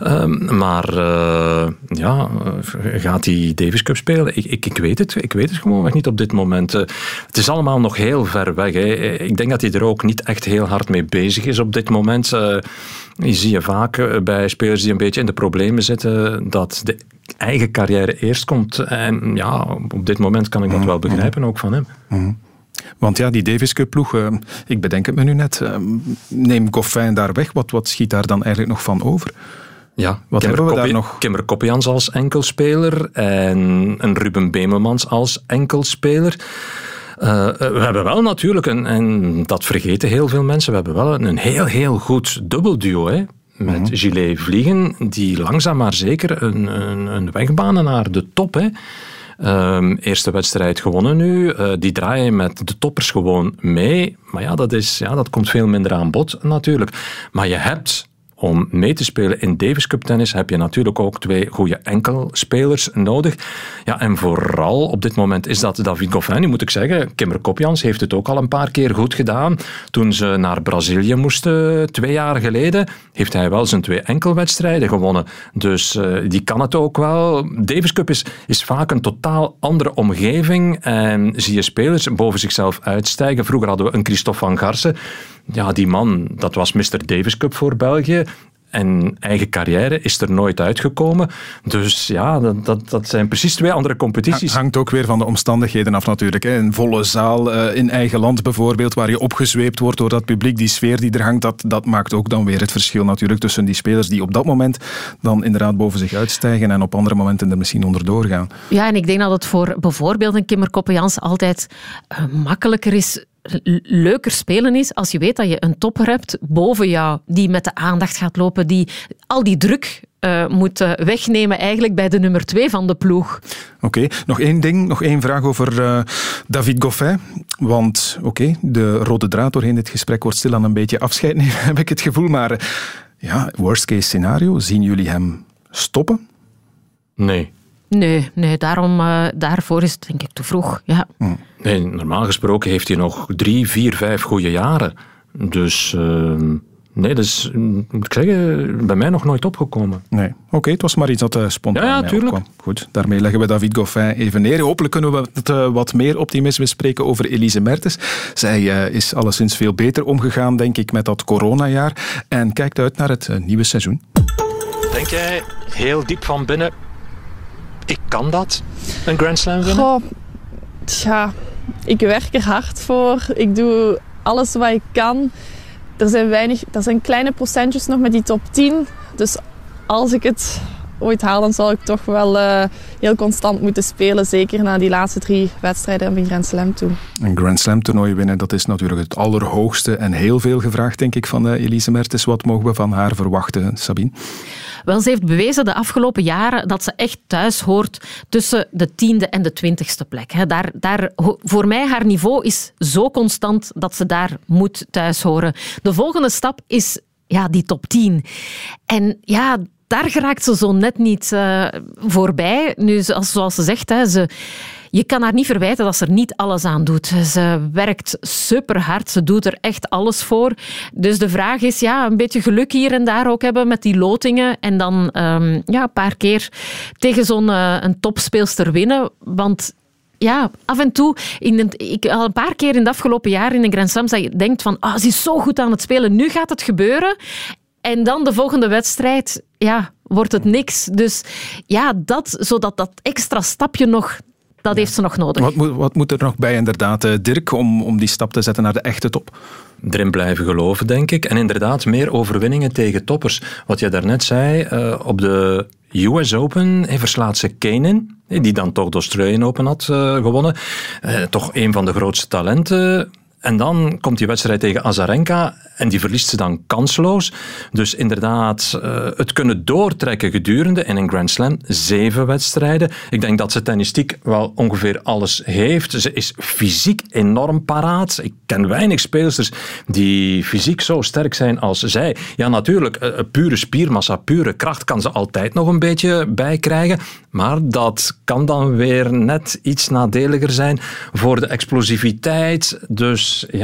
Gaat hij Davis Cup spelen? Ik weet het. Ik weet het gewoonweg niet op dit moment. Het is allemaal nog heel ver weg. Hè. Ik denk dat hij er ook niet echt heel hard mee bezig is op dit moment. Je zie je vaak bij spelers die een beetje in de problemen zitten, dat de eigen carrière eerst komt. En ja, op dit moment kan ik dat wel begrijpen ook van hem. Want ja, die Davis Cup ploeg, ik bedenk het me nu net, neem Goffin daar weg, wat schiet daar dan eigenlijk nog van over? Ja, wat hebben we daar nog? Kimmer Koppijans als enkelspeler en een Ruben Bemelmans als enkelspeler. We hebben wel natuurlijk, en dat vergeten heel veel mensen, we hebben wel een heel, heel goed dubbelduo, hè? Met Gilles Vliegen, die langzaam maar zeker een weg banen naar de top, hè? Eerste wedstrijd gewonnen nu. Die draaien met de toppers gewoon mee. Maar ja, dat komt veel minder aan bod natuurlijk. Maar je hebt... Om mee te spelen in Davis Cup tennis heb je natuurlijk ook 2 goede enkelspelers nodig. Ja, en vooral op dit moment is dat David Goffin. Nu moet ik zeggen, Kimmer Koppijans heeft het ook al een paar keer goed gedaan. Toen ze naar Brazilië moesten 2 jaar geleden, heeft hij wel zijn 2 enkelwedstrijden gewonnen. Dus die kan het ook wel. Davis Cup is vaak een totaal andere omgeving en zie je spelers boven zichzelf uitstijgen. Vroeger hadden we een Christophe van Garsen. Ja, die man, dat was Mr. Davis Cup voor België. En eigen carrière is er nooit uitgekomen. Dus ja, dat zijn precies 2 andere competities. Hangt ook weer van de omstandigheden af natuurlijk. Hè. Een volle zaal in eigen land bijvoorbeeld, waar je opgezweept wordt door dat publiek, die sfeer die er hangt, dat maakt ook dan weer het verschil natuurlijk tussen die spelers die op dat moment dan inderdaad boven zich uitstijgen en op andere momenten er misschien onderdoor gaan. Ja, en ik denk dat het voor bijvoorbeeld een Kimmer Koppijans altijd makkelijker is, leuker spelen is als je weet dat je een topper hebt boven jou, die met de aandacht gaat lopen, die al die druk moet wegnemen eigenlijk bij de nummer 2 van de ploeg. Oké, nog één ding, nog één vraag over David Goffin. Want de rode draad doorheen dit gesprek wordt stilaan een beetje afscheid nemen, heb ik het gevoel. Maar worst case scenario, zien jullie hem stoppen? Nee. Nee, daarvoor is het denk ik te vroeg. Ja. Nee, normaal gesproken heeft hij nog 3, 4, 5 goede jaren. Dus nee, dat is, moet ik zeggen, bij mij nog nooit opgekomen. Nee, het was maar iets dat spontaan mij opkwam. Goed, daarmee leggen we David Goffin even neer. Hopelijk kunnen we het wat meer optimisme spreken over Elise Mertens. Zij is alleszins veel beter omgegaan, denk ik, met dat coronajaar. En kijkt uit naar het nieuwe seizoen. Denk jij heel diep van binnen, ik kan dat, een Grand Slam winnen? Ik werk er hard voor. Ik doe alles wat ik kan. Er zijn kleine procentjes nog met die top 10. Dus als ik het ooit haal, dan zal ik toch wel heel constant moeten spelen. Zeker na die laatste 3 wedstrijden op een Grand Slam toe. Een Grand Slam toernooi winnen, dat is natuurlijk het allerhoogste en heel veel gevraagd, denk ik, van Elise Mertens. Wat mogen we van haar verwachten, Sabine? Wel, ze heeft bewezen de afgelopen jaren dat ze echt thuis hoort tussen de 10e en de 20e plek. Voor mij, haar niveau is zo constant dat ze daar moet thuis horen. De volgende stap is die top 10. En daar geraakt ze zo net niet voorbij. Nu, zoals ze zegt, je kan haar niet verwijten dat ze er niet alles aan doet. Ze werkt super hard, ze doet er echt alles voor. Dus de vraag is, een beetje geluk hier en daar ook hebben met die lotingen en dan een paar keer tegen zo'n een topspeelster winnen. Want af en toe, ik al een paar keer in de afgelopen jaren in de Grand Slams, dat je denkt van, ze is zo goed aan het spelen, nu gaat het gebeuren. En dan de volgende wedstrijd, wordt het niks. Dus zodat dat extra stapje nog, dat heeft ze nog nodig. Wat moet er nog bij inderdaad, Dirk, om die stap te zetten naar de echte top? Erin blijven geloven, denk ik. En inderdaad, meer overwinningen tegen toppers. Wat je daarnet zei, op de US Open verslaat ze Kenin, die dan toch de Australian Open had gewonnen. Toch een van de grootste talenten. En dan komt die wedstrijd tegen Azarenka en die verliest ze dan kansloos. Dus inderdaad, het kunnen doortrekken gedurende in een Grand Slam 7 wedstrijden. Ik denk dat ze tennistiek wel ongeveer alles heeft. Ze is fysiek enorm paraat. Ik ken weinig speelsters die fysiek zo sterk zijn als zij. Ja, natuurlijk, pure spiermassa, pure kracht kan ze altijd nog een beetje bijkrijgen. Maar dat kan dan weer net iets nadeliger zijn voor de explosiviteit. Dus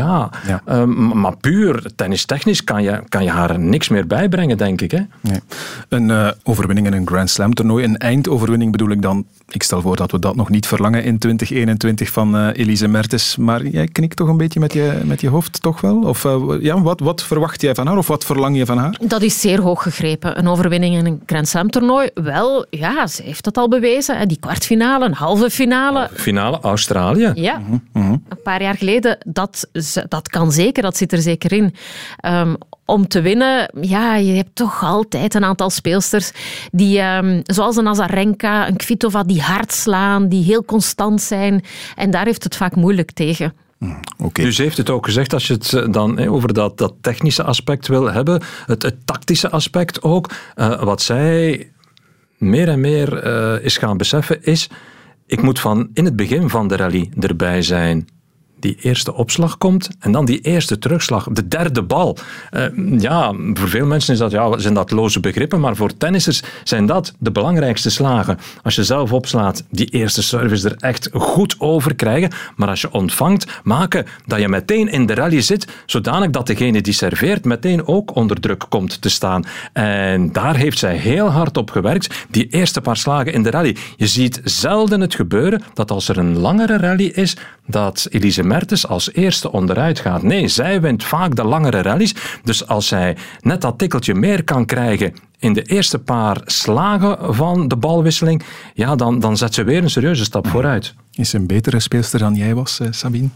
maar puur tennistechnisch kan je haar niks meer bijbrengen, denk ik. Hè? Nee. Een overwinning in een Grand Slam toernooi, een eindoverwinning bedoel ik dan. Ik stel voor dat we dat nog niet verlangen in 2021 van Elise Mertens. Maar jij knikt toch een beetje met je hoofd, toch wel? Of wat verwacht jij van haar? Of wat verlang je van haar? Dat is zeer hoog gegrepen. Een overwinning in een Grand Slam toernooi. Wel, ze heeft dat al bewezen. Die kwartfinale, een halve finale. Finale, Australië. Ja, een paar jaar geleden. Dat kan zeker, dat zit er zeker in. Om te winnen, je hebt toch altijd een aantal speelsters die, zoals een Azarenka, een Kvitova, die hard slaan, die heel constant zijn. En daar heeft het vaak moeilijk tegen. Okay. Dus heeft het ook gezegd, als je het dan over dat technische aspect wil hebben, het tactische aspect ook, wat zij meer en meer is gaan beseffen, is ik moet van in het begin van de rally erbij zijn. Die eerste opslag komt en dan die eerste terugslag, de derde bal. Voor veel mensen zijn dat loze begrippen, maar voor tennissers zijn dat de belangrijkste slagen. Als je zelf opslaat, die eerste service er echt goed over krijgen, maar als je ontvangt, maken dat je meteen in de rally zit, zodanig dat degene die serveert meteen ook onder druk komt te staan. En daar heeft zij heel hard op gewerkt, die eerste paar slagen in de rally. Je ziet zelden het gebeuren dat als er een langere rally is, dat Elise Mertens als eerste onderuit gaat. Nee, zij wint vaak de langere rallies. Dus als zij net dat tikkeltje meer kan krijgen in de eerste paar slagen van de balwisseling, dan zet ze weer een serieuze stap vooruit. Is ze een betere speelster dan jij was, Sabine?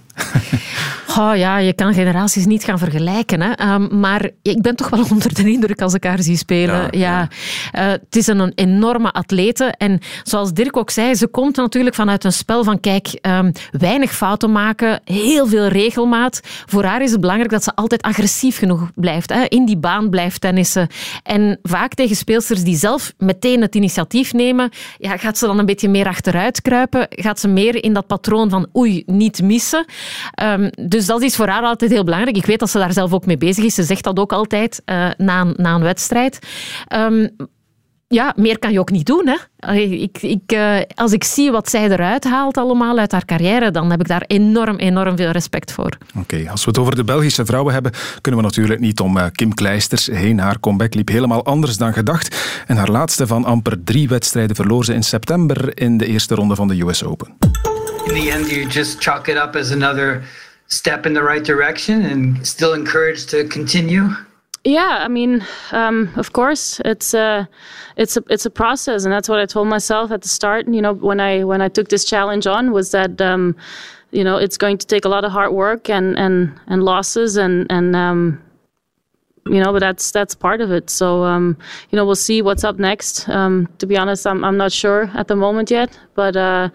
Je kan generaties niet gaan vergelijken. Hè. Maar ik ben toch wel onder de indruk als ik haar zie spelen. Het is een enorme atlete. En zoals Dirk ook zei, ze komt natuurlijk vanuit een spel van weinig fouten maken, heel veel regelmaat. Voor haar is het belangrijk dat ze altijd agressief genoeg blijft. Hè. In die baan blijft tennissen. En vaak tegen speelsters die zelf meteen het initiatief nemen, gaat ze dan een beetje meer achteruit kruipen. Gaat ze meer in dat patroon van niet missen. Dus dat is voor haar altijd heel belangrijk. Ik weet dat ze daar zelf ook mee bezig is. Ze zegt dat ook altijd na een wedstrijd. Meer kan je ook niet doen. Hè? Als ik zie wat zij eruit haalt allemaal uit haar carrière, dan heb ik daar enorm veel respect voor. Oké, als we het over de Belgische vrouwen hebben, kunnen we natuurlijk niet om Kim Clijsters heen. Haar comeback liep helemaal anders dan gedacht. En haar laatste van amper 3 wedstrijden verloor ze in september in de eerste ronde van de US Open. In the end, you just chalk it up as another step in the right direction and still encouraged to continue? Yeah, I mean, of course, it's a process, and that's what I told myself at the start. When I took this challenge on, was that it's going to take a lot of hard work and losses and but that's part of it. So we'll see what's up next. To be honest, I'm not sure at the moment yet, but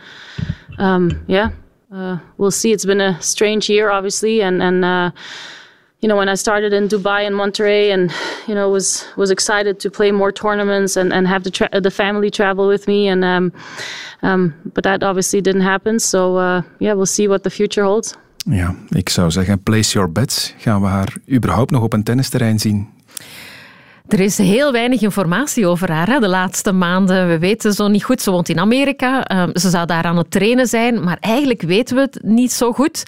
we'll see. It's been a strange year, obviously, and. When I started in Dubai and Monterey and, was excited to play more tournaments and have the family travel with me. But that obviously didn't happen. So, we'll see what the future holds. Ja, ik zou zeggen, place your bets. Gaan we haar überhaupt nog op een tennisterrein zien? Er is heel weinig informatie over haar de laatste maanden. We weten zo niet goed. Ze woont in Amerika. Ze zou daar aan het trainen zijn, maar eigenlijk weten we het niet zo goed.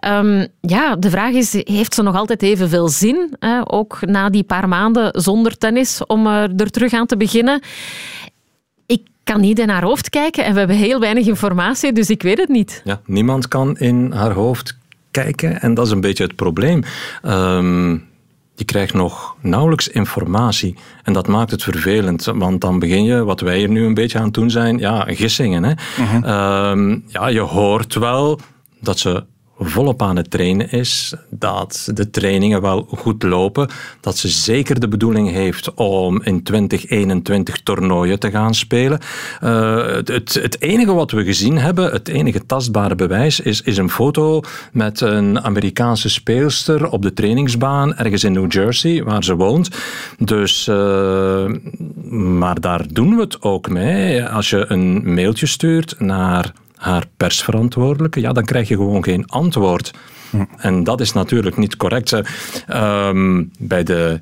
De vraag is, heeft ze nog altijd evenveel zin? Ook na die paar maanden zonder tennis, om er terug aan te beginnen? Ik kan niet in haar hoofd kijken en we hebben heel weinig informatie, dus ik weet het niet. Ja, niemand kan in haar hoofd kijken en dat is een beetje het probleem. Je krijgt nog nauwelijks informatie. En dat maakt het vervelend. Want dan begin je, wat wij hier nu een beetje aan het doen zijn, gissingen. Hè? Je hoort wel dat ze volop aan het trainen is, dat de trainingen wel goed lopen, dat ze zeker de bedoeling heeft om in 2021 toernooien te gaan spelen. Het enige wat we gezien hebben, het enige tastbare bewijs, is een foto met een Amerikaanse speelster op de trainingsbaan ergens in New Jersey, waar ze woont. Dus, maar daar doen we het ook mee. Als je een mailtje stuurt naar haar persverantwoordelijke, dan krijg je gewoon geen antwoord. En dat is natuurlijk niet correct. Bij de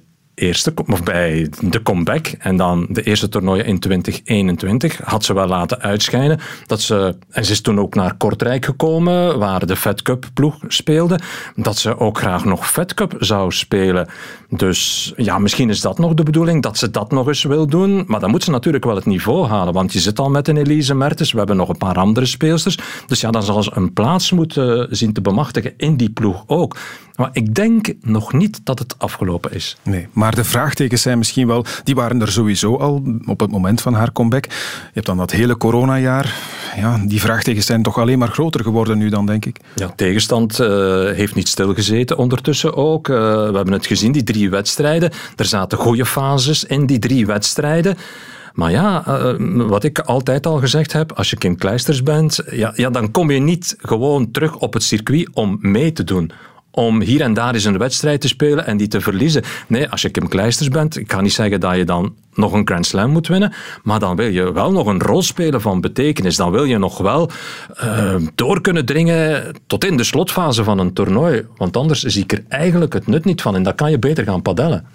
comeback en dan de eerste toernooien in 2021 had ze wel laten uitschijnen en ze is toen ook naar Kortrijk gekomen, waar de Fed Cup ploeg speelde, dat ze ook graag nog Fed Cup zou spelen. Dus misschien is dat nog de bedoeling, dat ze dat nog eens wil doen, maar dan moet ze natuurlijk wel het niveau halen, want je zit al met een Elise Mertens, we hebben nog een paar andere speelsters, dus dan zal ze een plaats moeten zien te bemachtigen in die ploeg ook. Maar ik denk nog niet dat het afgelopen is. Nee, maar de vraagtekens zijn misschien wel, die waren er sowieso al op het moment van haar comeback. Je hebt dan dat hele coronajaar. Ja, die vraagtekens zijn toch alleen maar groter geworden nu dan, denk ik. Ja, tegenstand heeft niet stilgezeten ondertussen ook. We hebben het gezien, die 3 wedstrijden. Er zaten goede fases in die 3 wedstrijden. Maar wat ik altijd al gezegd heb, als je Kim Clijsters bent, dan kom je niet gewoon terug op het circuit om mee te doen. Om hier en daar eens een wedstrijd te spelen en die te verliezen. Nee, als je Kim Clijsters bent, ik kan niet zeggen dat je dan nog een Grand Slam moet winnen, maar dan wil je wel nog een rol spelen van betekenis. Dan wil je nog wel door kunnen dringen tot in de slotfase van een toernooi. Want anders zie ik er eigenlijk het nut niet van en dan kan je beter gaan padellen.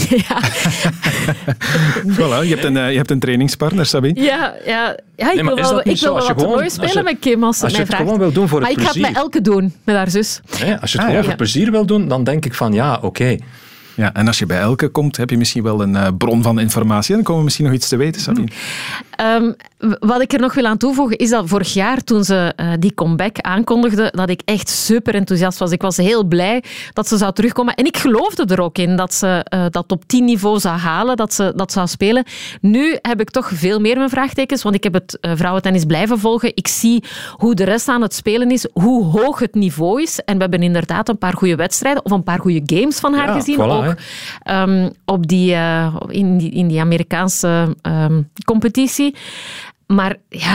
Voilà, je hebt een trainingspartner, Sabine. Ik wil wel wat toernooien spelen met Kim als ze mij vraagt. Als je het gewoon wil doen voor het plezier. Maar ik ga het met Elke doen, met haar zus. Als je het gewoon voor plezier wil doen, dan denk ik van oké. Ja, en als je bij Elke komt, heb je misschien wel een bron van informatie. Dan komen we misschien nog iets te weten, Sabine. Wat ik er nog wil aan toevoegen, is dat vorig jaar, toen ze die comeback aankondigde, dat ik echt super enthousiast was. Ik was heel blij dat ze zou terugkomen. En ik geloofde er ook in dat ze dat op 10 niveau zou halen, dat ze dat zou spelen. Nu heb ik toch veel meer mijn vraagtekens, want ik heb het vrouwentennis blijven volgen. Ik zie hoe de rest aan het spelen is, hoe hoog het niveau is. En we hebben inderdaad een paar goede wedstrijden of een paar goede games van haar gezien. Voilà, ook op in die Amerikaanse competitie. Maar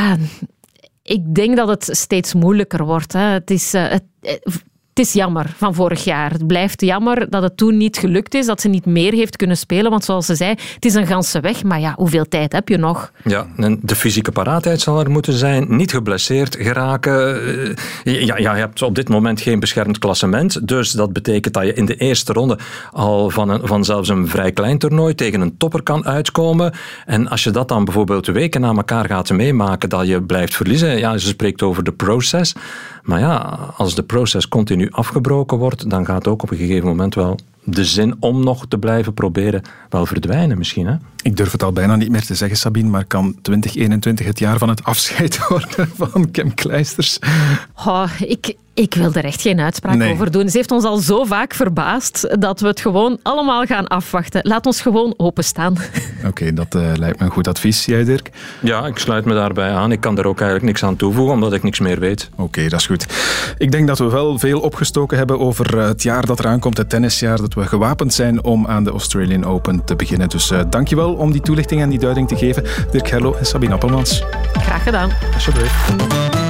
ik denk dat het steeds moeilijker wordt. Hè. Het is jammer van vorig jaar. Het blijft jammer dat het toen niet gelukt is, dat ze niet meer heeft kunnen spelen. Want zoals ze zei, het is een ganse weg. Maar hoeveel tijd heb je nog? Ja, en de fysieke paraatheid zal er moeten zijn. Niet geblesseerd geraken. Je hebt op dit moment geen beschermd klassement. Dus dat betekent dat je in de eerste ronde al van zelfs een vrij klein toernooi tegen een topper kan uitkomen. En als je dat dan bijvoorbeeld weken na elkaar gaat meemaken, dat je blijft verliezen. Ze spreekt over de proces. Maar als de proces continu afgebroken wordt, dan gaat ook op een gegeven moment wel de zin om nog te blijven proberen wel verdwijnen misschien. Hè? Ik durf het al bijna niet meer te zeggen, Sabine, maar kan 2021 het jaar van het afscheid worden van Kim Clijsters? Ik wil er echt geen uitspraak over doen. Ze heeft ons al zo vaak verbaasd dat we het gewoon allemaal gaan afwachten. Laat ons gewoon openstaan. Oké, dat lijkt me een goed advies. Jij, Dirk? Ja, ik sluit me daarbij aan. Ik kan er ook eigenlijk niks aan toevoegen, omdat ik niks meer weet. Oké, dat is goed. Ik denk dat we wel veel opgestoken hebben over het jaar dat eraan komt, het tennisjaar, dat we gewapend zijn om aan de Australian Open te beginnen. Dus dankjewel om die toelichting en die duiding te geven, Dirk Herlo en Sabine Appelmans. Graag gedaan. Alsjeblieft.